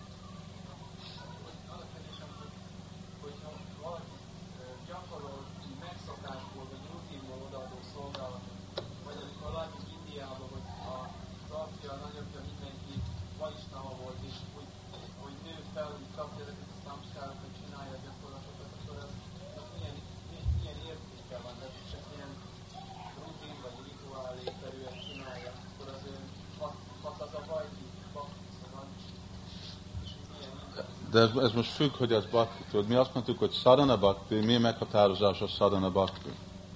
De ez, ez most függ, hogy ez bhakti. Tudod, mi azt mondtuk, hogy sadhana bhakti, mi meghatározás a sadhana bhakti?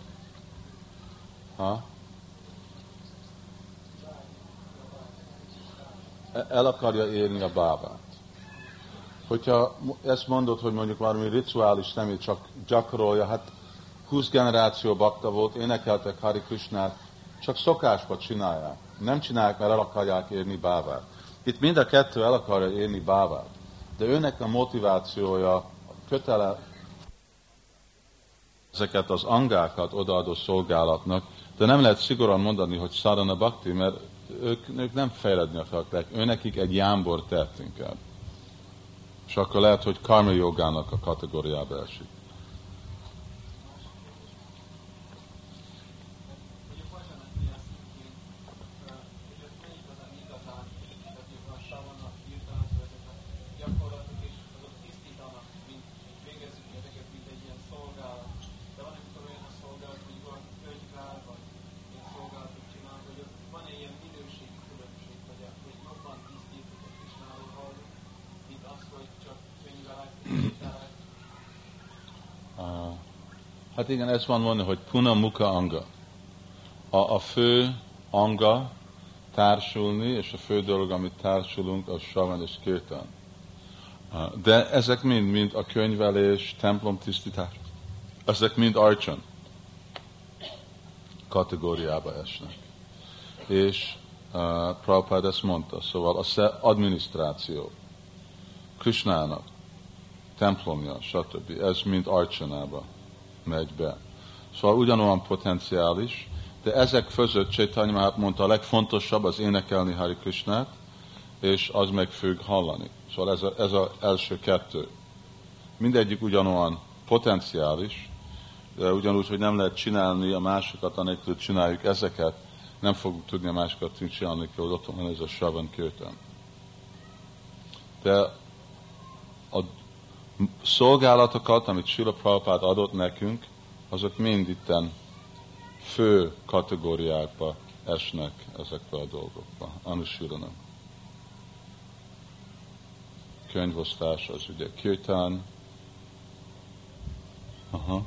Ha? El akarja érni a bávát. Hogyha ezt mondod, hogy mondjuk valami rituális nem, csak gyakorolja, hát húsz generáció bakta volt, énekeltek Hari Krishnát, csak szokásba csinálják. Nem csinálják, mert el akarják érni bávát. Itt mind a kettő el akarja érni bávát. De őnek a motivációja kötele ezeket az angákat odaadó szolgálatnak, de nem lehet szigorúan mondani, hogy sadhana bhakti, mert ők, ők nem fejledni akarták, őnekik egy jámbor tett inkább. És akkor lehet, hogy karma jogának a kategóriába esik. Hát igen, ezt van mondani, hogy puna muka anga. A, a fő anga társulni, és a fő dolog, amit társulunk, az Shravan és Kirtan. De ezek mind-mind a könyvelés, templom tisztítás, ezek mind archan kategóriába esnek. És uh, Prabhupád ezt mondta, szóval az adminisztráció, Krishnának, templomja, stb. Ez mind archanába megy be. Szóval ugyanolyan potenciális, de ezek között Chaitanya Mahaprabhu mondta, a legfontosabb az énekelni Hari Krishnát, és az meg függ hallani. Szóval ez, a, ez az első kettő. Mindegyik ugyanolyan potenciális, de ugyanúgy, hogy nem lehet csinálni a másokat, anélkül csináljuk ezeket, nem fogunk tudni a másokat csinálni, hogy ott van ez a Shravan Kirtan. De a szolgálatokat, amit Srila Prabhupád adott nekünk, azok mind itten fő kategóriákba esnek ezekbe a dolgokba. Anusírana. Könyvosztás az ugye kirtán. Aha.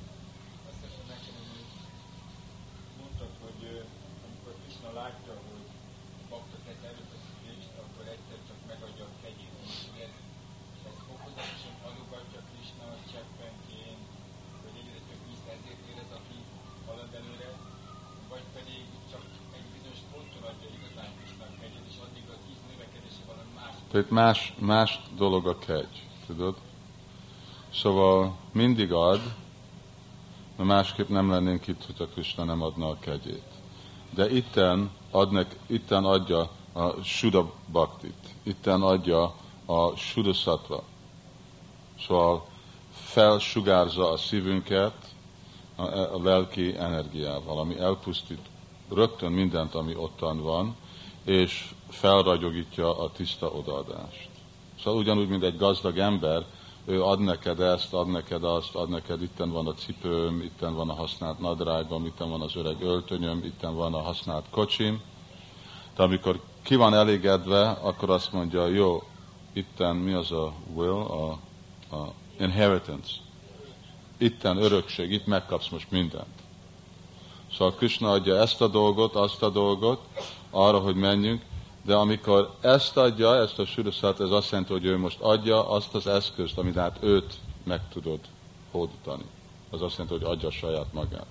Mondtad, hogy amikor Krishna látja, hogy baktok előfeszítést, akkor egyszer csak megadja a kegyét. Ez fokozatosan adogatja Krishna cseppenként, hogy egyre több vízt ezért érez, aki halad előre, vagy pedig csak egy bizonyos ponton adja igazán Krishna a kegyét, és addig a víz növekedése valami más. Tehát más, más dolog a kegy, tudod? Szóval mindig ad, mert másképp nem lennénk itt, hogy a Krishna nem adna a kegyét. De itten, adnek, itten adja a Suddha Bhaktit, itten adja a Suddha Sattva. Szóval felsugárza a szívünket a, a lelki energiával, ami elpusztít rögtön mindent, ami ottan van, és felragyogítja a tiszta odaadást. Szóval ugyanúgy, mint egy gazdag ember, ő ad neked ezt, ad neked azt, ad neked, itten van a cipőm, itten van a használt nadrágom, itten van az öreg öltönyöm, itten van a használt kocsim. De amikor ki van elégedve, akkor azt mondja, jó, itten mi az a will, a, a inheritance. Itten örökség, itt megkapsz most mindent. Szóval Krishna adja ezt a dolgot, azt a dolgot, arra, hogy menjünk, de amikor ezt adja, ezt a sűrűszát, ez azt jelenti, hogy ő most adja azt az eszközt, amit át őt meg tudod hódítani. Az azt jelenti, hogy adja saját magát.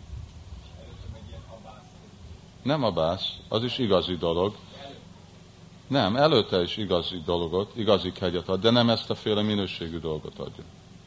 Nem abász, az is igazi dolog. Nem, előtte is igazi dologot, igazi kegyet ad, de nem ezt a féle minőségű dolgot adja.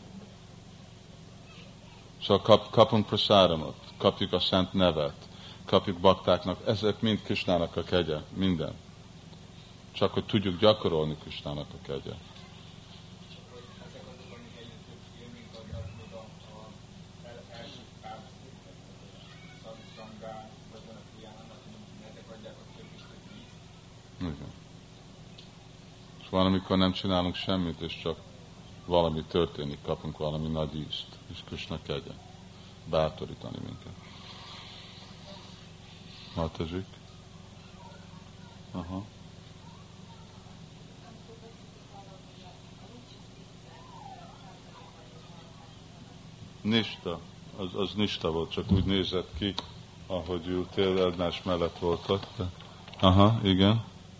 Szóval kap, kapunk praszáramot, kapjuk a szent nevet, kapjuk baktáknak, ezek mind Krisnának a kegye, minden. Csak hogy tudjuk gyakorolni Krisnának a kegye. Ezek azok, amik egyre több élményt adnak még az első pár szadszangán, vagy van a fiának, ezek adják a több és több ízt. Igen. És van, amikor nem csinálunk semmit, és csak valami történik, kapunk valami nagy ízt, és Krishna kegye. Bátorítani minket. Matazik? Aha. Nista. Az, az nista volt, csak úgy nézett ki, ahogy ültél, egymás mellett voltak. De... Aha, igen.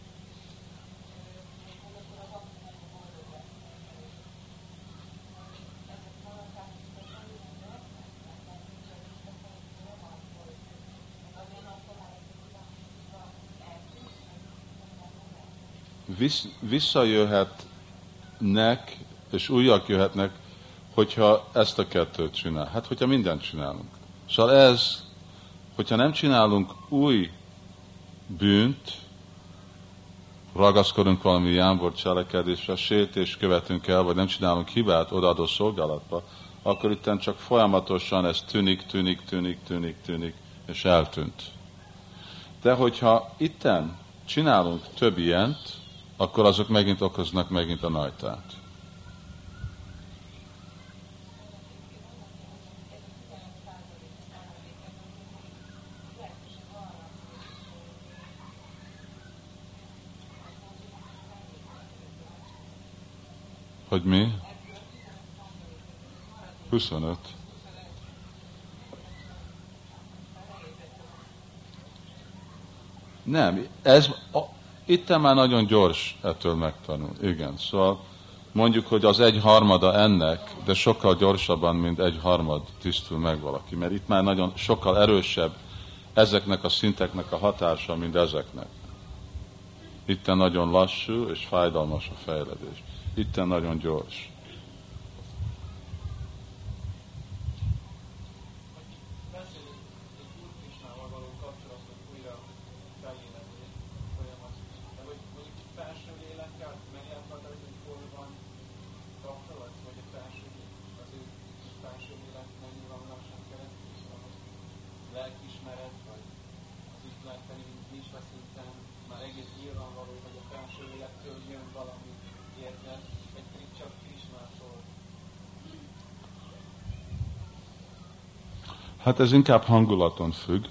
Visz, visszajöhetnek, és újak jöhetnek, hogyha ezt a kettőt csinál. Hát, hogyha mindent csinálunk. Szóval ez, hogyha nem csinálunk új bűnt, ragaszkodunk valami jámbor cselekedésre, sértést követünk el, vagy nem csinálunk hibát odaadó szolgálatba, akkor itten csak folyamatosan ez tűnik, tűnik, tűnik, tűnik, tűnik, és eltűnt. De hogyha itten csinálunk több ilyent, akkor azok megint okoznak megint a najtát. Hogy mi? huszonöt. Nem, ez a, itt már nagyon gyors ettől megtanul. Igen, szóval mondjuk, hogy az egy harmada ennek, de sokkal gyorsabban, mint egy harmad tisztul meg valaki. Mert itt már nagyon sokkal erősebb ezeknek a szinteknek a hatása, mint ezeknek. Itten nagyon lassú és fájdalmas a fejledés. Itten nagyon gyors. lelkiismeret, vagy az ismeretbeni nincs szinten, már egész nyilvánvaló, hogy a felső lélektől jön valami érted, vagy pedig csak Krisnától. Hát ez inkább hangulaton függ,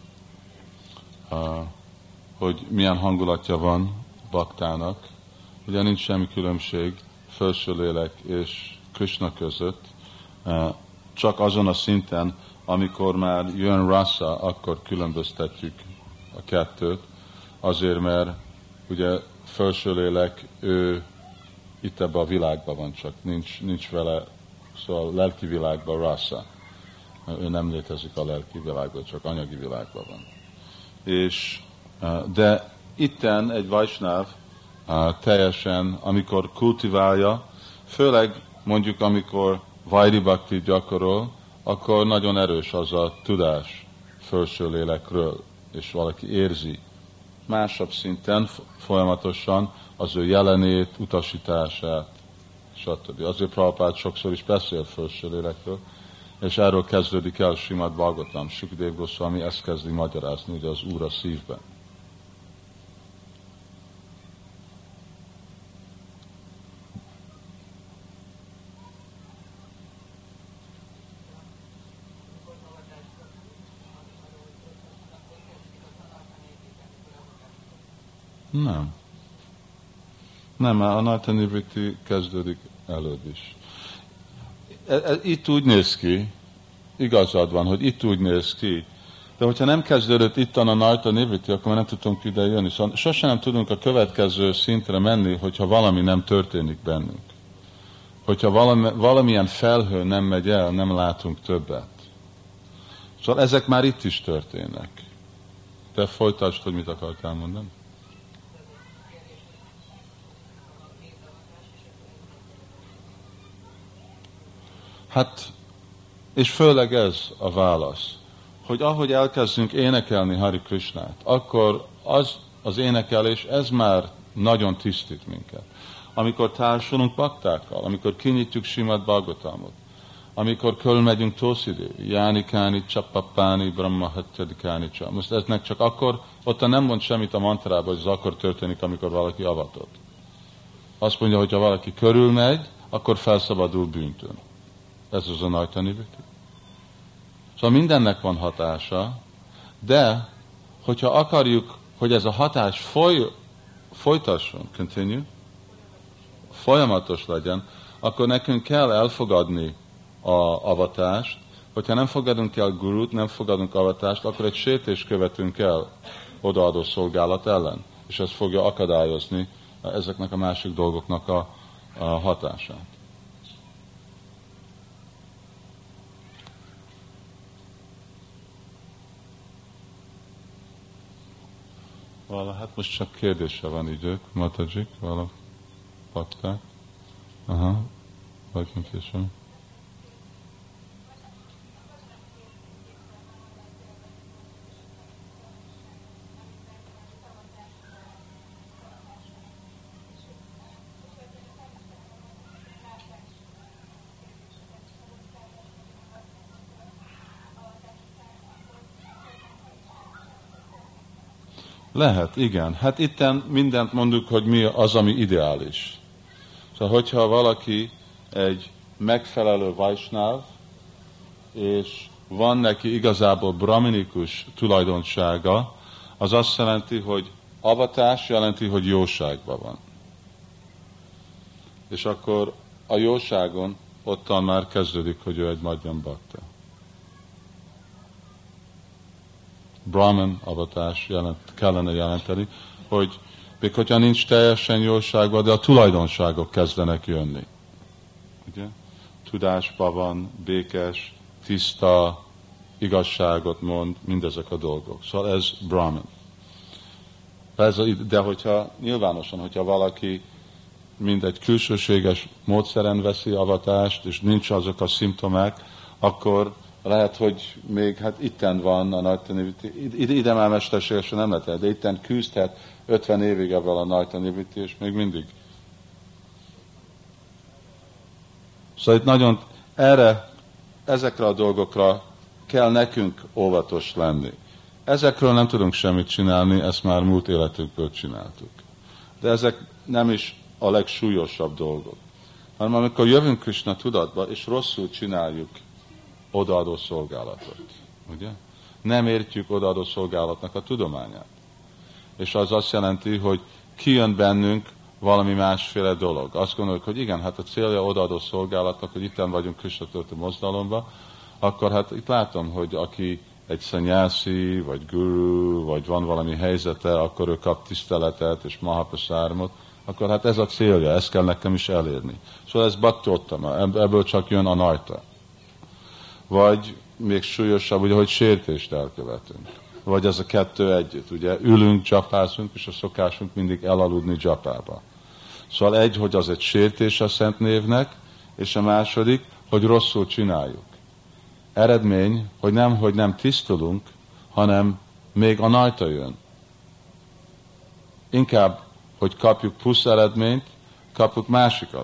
hogy milyen hangulatja van baktának. Ugye nincs semmi különbség felső lélek és Krishna között, csak azon a szinten, amikor már jön rasa, akkor különböztetjük a kettőt, azért, mert ugye felső lélek, ő itt ebben a világban van, csak nincs, nincs vele, szóval lelki világban rasa. Ő nem létezik a lelki világban, csak anyagi világban van. És, de itten egy Vajsnáv teljesen, amikor kultiválja, főleg mondjuk amikor Vairi Bhakti gyakorol, akkor nagyon erős az a tudás felső lélekről, és valaki érzi. Másabb szinten folyamatosan az ő jelenét, utasítását, stb. Azért Prabhupád sokszor is beszél felső lélekről, és erről kezdődik el Srimad Bhagavatam. Sukadeva Goswami ezt kezdi magyarázni, ugye az Úr a szívben. Nem. Nem, a Narta Nivritti kezdődik előbb is. E, e, itt úgy néz ki, igazad van, hogy itt úgy néz ki, de hogyha nem kezdődött itt a Narta Nivritti, akkor már nem tudunk ide jönni. Szóval sosem nem tudunk a következő szintre menni, hogyha valami nem történik bennünk. Hogyha valami, valamilyen felhő nem megy el, nem látunk többet. Szóval ezek már itt is történnek. Te folytasd, hogy mit akartál mondani? Hát, és főleg ez a válasz, hogy ahogy elkezdünk énekelni Hari Krishnát, akkor az, az énekelés, ez már nagyon tisztít minket. Amikor társulunk baktákkal, amikor kinyitjuk Simad Bhagavatamot, amikor körülmegyünk Tószidevi, Jánikáni, Csapapáni, Brahma Hatyadikáni, most eznek csak akkor, ott nem mond semmit a mantrában, hogy ez akkor történik, amikor valaki avatott. Azt mondja, hogy ha valaki körülmegy, akkor felszabadul bűntől. Ez az a Narta Nivritti. Szóval mindennek van hatása, de hogyha akarjuk, hogy ez a hatás foly, folytasson, continue, folyamatos legyen, akkor nekünk kell elfogadni a avatást. Hogyha nem fogadunk el gurút, nem fogadunk avatást, akkor egy sértést követünk el odaadó szolgálat ellen, és ez fogja akadályozni ezeknek a másik dolgoknak a, a hatását. Vala, hát most csak kérdésre van idők, Matajik, vala pakták. Aha, vagy később. Lehet, igen. Hát itten mindent mondjuk, hogy mi az, ami ideális. Szóval, hogyha valaki egy megfelelő vajsnáv, és van neki igazából brahminikus tulajdonsága, az azt jelenti, hogy avatás jelenti, hogy jóságban van. És akkor a jóságon ottan már kezdődik, hogy ő egy madhyam bakta. Brahman avatás jelent, kellene jelenteni, hogy még hogyha nincs teljesen jóságban, de a tulajdonságok kezdenek jönni. Ugye? Tudásban van, békes, tiszta, igazságot mond, mindezek a dolgok. Szóval ez Brahman. De hogyha nyilvánosan, hogyha valaki mind egy külsőséges módszeren veszi avatást, és nincs azok a szimptomák, akkor lehet, hogy még, hát itten van a Narta Nivritti, ide, ide már mesterségesen nem lehet, de itten küzdhet ötven évig ebben a Narta Nivritti, és még mindig. Szóval itt nagyon erre, ezekre a dolgokra kell nekünk óvatos lenni. Ezekről nem tudunk semmit csinálni, ezt már múlt életünkből csináltuk. De ezek nem is a legsúlyosabb dolgok. Hanem amikor jövünk Krishna tudatba, és rosszul csináljuk odaadó szolgálatot. Ugye? Nem értjük odaadó szolgálatnak a tudományát. És az azt jelenti, hogy kijön bennünk valami másféle dolog. Azt gondoljuk, hogy igen, hát a célja odaadó szolgálatnak, hogy itten vagyunk Krishna tudatú mozdalomba, akkor hát itt látom, hogy aki egy szanyászi, vagy guru, vagy van valami helyzete, akkor ő kap tiszteletet és mahapasármot, akkor hát ez a célja, ezt kell nekem is elérni. Szóval ez bhakti-uttama, ebből csak jön a narta. Vagy még súlyosabb, ugye, hogy sértést elkövetünk. Vagy ez a kettő együtt, ugye, ülünk, dzsapázunk, és a szokásunk mindig elaludni dzsapába. Szóval egy, hogy az egy sértés a szent névnek, és a második, hogy rosszul csináljuk. Eredmény, hogy nem, hogy nem tisztulunk, hanem még a narta jön. Inkább, hogy kapjuk plusz eredményt, kapjuk másikat.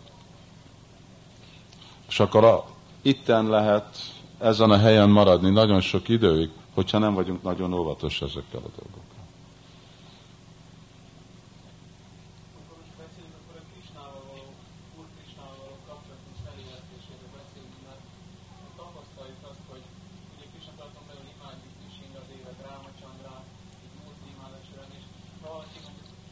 És akkor a, itten lehet ezen a helyen maradni nagyon sok időig, hogyha nem vagyunk nagyon óvatos ezekkel a dolgokkal. Akkor most beszélünk, akkor a Krishnával való, Úr Krishnával való kapcsolatunk felélettéséről beszélünk, mert tapasztaljuk azt, hogy ugye Krishna tartom belül imádjuk Nishingadévet, Rámachandrát, így múlt imádásra, és valaki mondjuk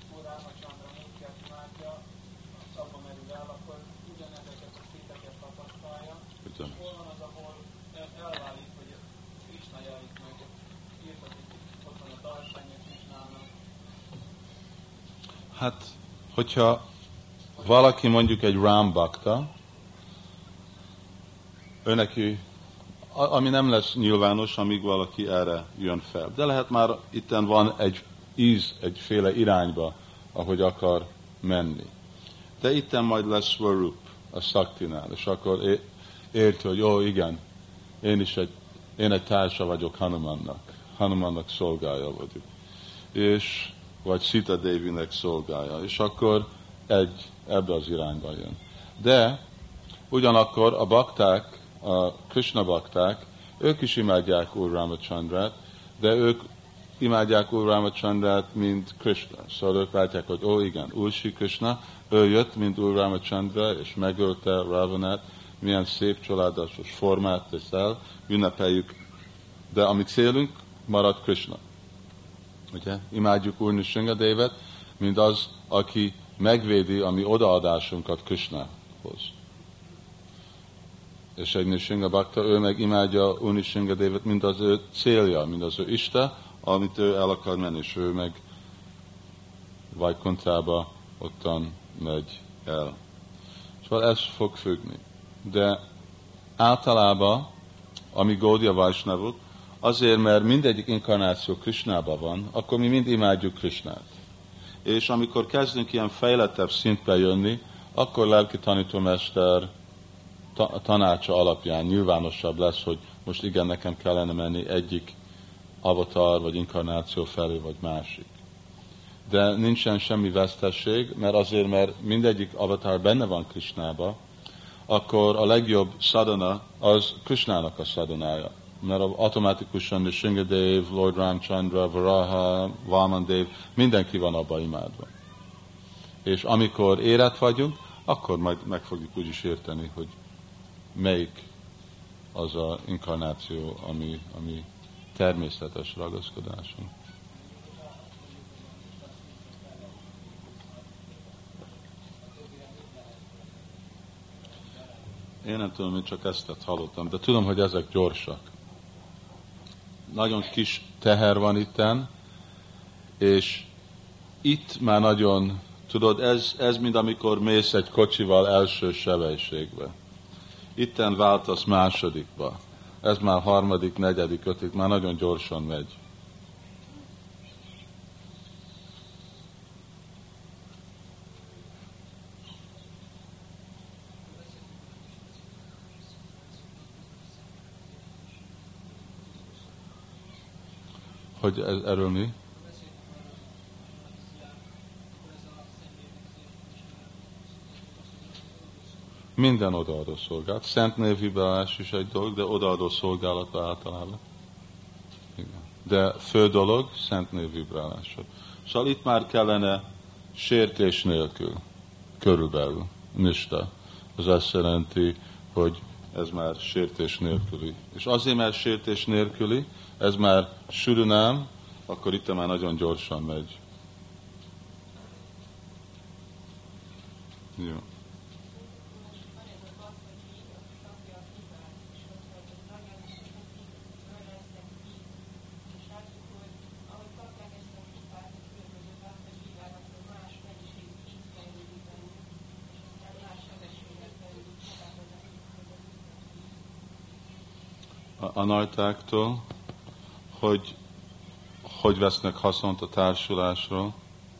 Hát, hogyha valaki mondjuk egy Rám bakta, ő neki, ami nem lesz nyilvános, amíg valaki erre jön fel. De lehet már itten van egy íz, egyféle irányba, ahogy akar menni. De itten majd lesz Svarup a Szaktinál, és akkor érti, hogy ó, igen, én is egy, én egy társa vagyok Hanumannak. Hanumannak szolgája vagyok. És, vagy Sita Devinek szolgája. És akkor egy, ebbe az irányba jön. De ugyanakkor a bakták, a Krishna bakták, ők is imádják Úr Ramachandrát, de ők imádják Úr Ramachandrát, mint Krishna. Szóval ők látják, hogy ó, igen, Úr Sri Krishna, ő jött, mint Úr Ramachandra, és megölte Ravanát, milyen szép, csodálatos formát tesz el, ünnepeljük. De ami célunk, marad Krishna. Ugye? Imádjuk Úr Nrisingadevet, mint az, aki megvédi a mi odaadásunkat Krishnahoz. És egy Nrisinga Bhakta, ő meg imádja Úr Nrisingadevet, mint az ő célja, mint az ő Isten, amit ő el akar menni, és ő meg Vajkuntába ottan megy el. Szóval ez fog függni. De általában, ami Gaudiya Vaisnavok, azért, mert mindegyik inkarnáció Krishnában van, akkor mi mind imádjuk Krishnát. És amikor kezdünk ilyen fejlettebb szintbe jönni, akkor lelki tanítómester ta- tanácsa alapján nyilvánosabb lesz, hogy most igen, nekem kellene menni egyik avatar vagy inkarnáció felé, vagy másik. De nincsen semmi vesztesség, mert azért, mert mindegyik avatar benne van Krishnába, akkor a legjobb sadhana az Krishnának a sadhanája. Mert automatikusan Nrisingadev, Lord Ramchandra, Varaha, Vamandev, mindenki van abba imádva. És amikor érett vagyunk, akkor majd meg fogjuk úgy is érteni, hogy melyik az a inkarnáció, ami, ami természetes ragaszkodásunk. Én nem tudom, én csak ezt hallottam, de tudom, hogy ezek gyorsak. Nagyon kis teher van itten, és itt már nagyon, tudod, ez, ez mind amikor mész egy kocsival első sebességbe. Itten váltasz másodikba. Ez már harmadik, negyedik, ötödik, már nagyon gyorsan megy. Hogy ez, erről mi? Minden odaadó szolgálat. Szent névvibrálás is egy dolog, de odaadó szolgálat általában. Igen. De fő dolog szent névvibrálás. Szóval itt már kellene sértés nélkül, körülbelül, nista. Az azt jelenti, hogy ez már sértés nélküli. És azért, mert sértés nélküli, ez már sűrűnám, akkor itt már nagyon gyorsan megy. Jó. A najtáktól, hogy hogy vesznek haszont a társulásról.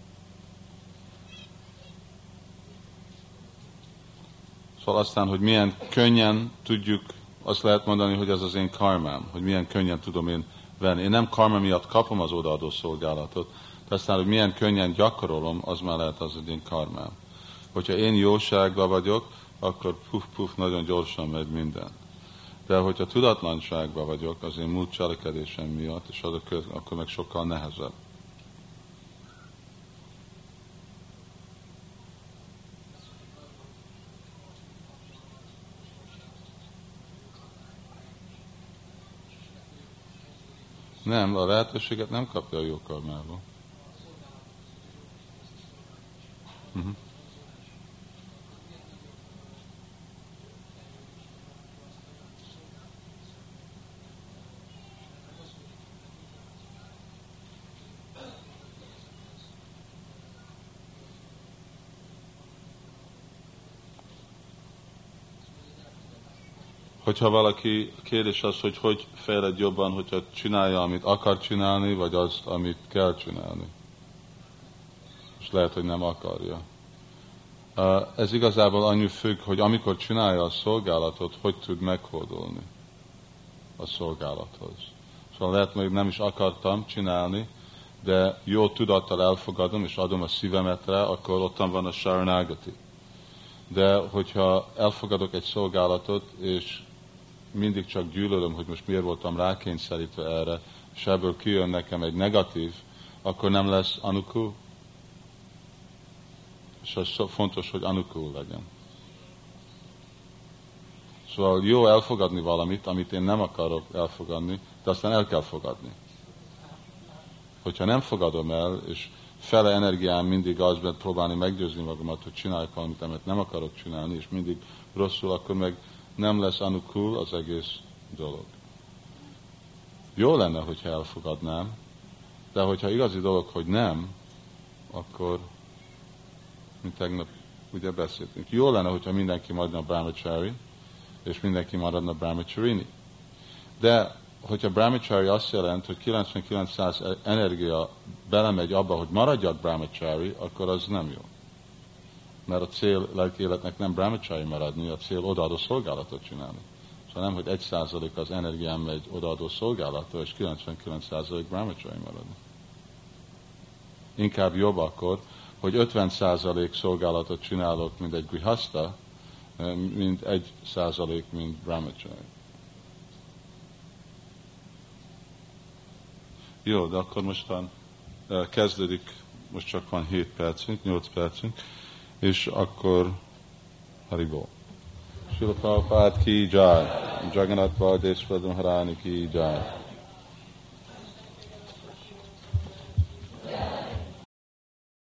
Szóval aztán, hogy milyen könnyen tudjuk, azt lehet mondani, hogy ez az én karmám, hogy milyen könnyen tudom én venni. Én nem karma miatt kapom az odaadó szolgálatot, de aztán, hogy milyen könnyen gyakorolom, az már lehet az, az én karmám. Hogyha én jóságban vagyok, akkor puf-puf, nagyon gyorsan megy minden. De hogyha tudatlanságban vagyok az én múlt cselekedésem miatt, és az a köz, akkor meg sokkal nehezebb. Nem, a lehetőséget nem kapja a jó karmából. Uh-huh. Hogyha valaki kérdés az, hogy hogy fejled jobban, hogyha csinálja, amit akar csinálni, vagy azt, amit kell csinálni. És lehet, hogy nem akarja. Ez igazából annyi függ, hogy amikor csinálja a szolgálatot, hogy tud meghódolni a szolgálathoz. Szóval lehet, hogy nem is akartam csinálni, de jó tudattal elfogadom, és adom a szívemet rá, akkor ottan van a saranagati. De hogyha elfogadok egy szolgálatot, és mindig csak gyűlölöm, hogy most miért voltam rákényszerítve erre, és ebből kijön nekem egy negatív, akkor nem lesz anukul. És az fontos, hogy anukul legyen. Szóval jó elfogadni valamit, amit én nem akarok elfogadni, de aztán el kell fogadni. Hogyha nem fogadom el, és fele energiám mindig az, mert próbálni meggyőzni magamat, hogy csináljak valamit, amit nem akarok csinálni, és mindig rosszul, akkor meg nem lesz anukul az egész dolog. Jó lenne, hogyha elfogadnám, de hogyha igazi dolog, hogy nem, akkor, mint tegnap ugye beszéltünk, jó lenne, hogyha mindenki maradna brahmachari, és mindenki maradna brahmacharini. De hogyha brahmachari azt jelent, hogy kilencvenkilenc százalék energia belemegy abba, hogy maradjak brahmachari, akkor az nem jó. Mert a cél lelki életnek nem brahmachari maradni, a cél odaadó szolgálatot csinálni. Szóval nem, hogy egy százalék az energiám megy odaadó szolgálatra, és kilencvenkilenc százalék brahmachari maradni. Inkább jobb akkor, hogy ötven százalék szolgálatot csinálok, mint egy grihasta, mint egy százalék, mint brahmachari. Jó, de akkor mostan kezdődik, most csak van hét percünk, nyolc percünk, és akkor Haribol. Srila Prabhupada ki jai, Jagannath Baldeswara Maharani ki jai.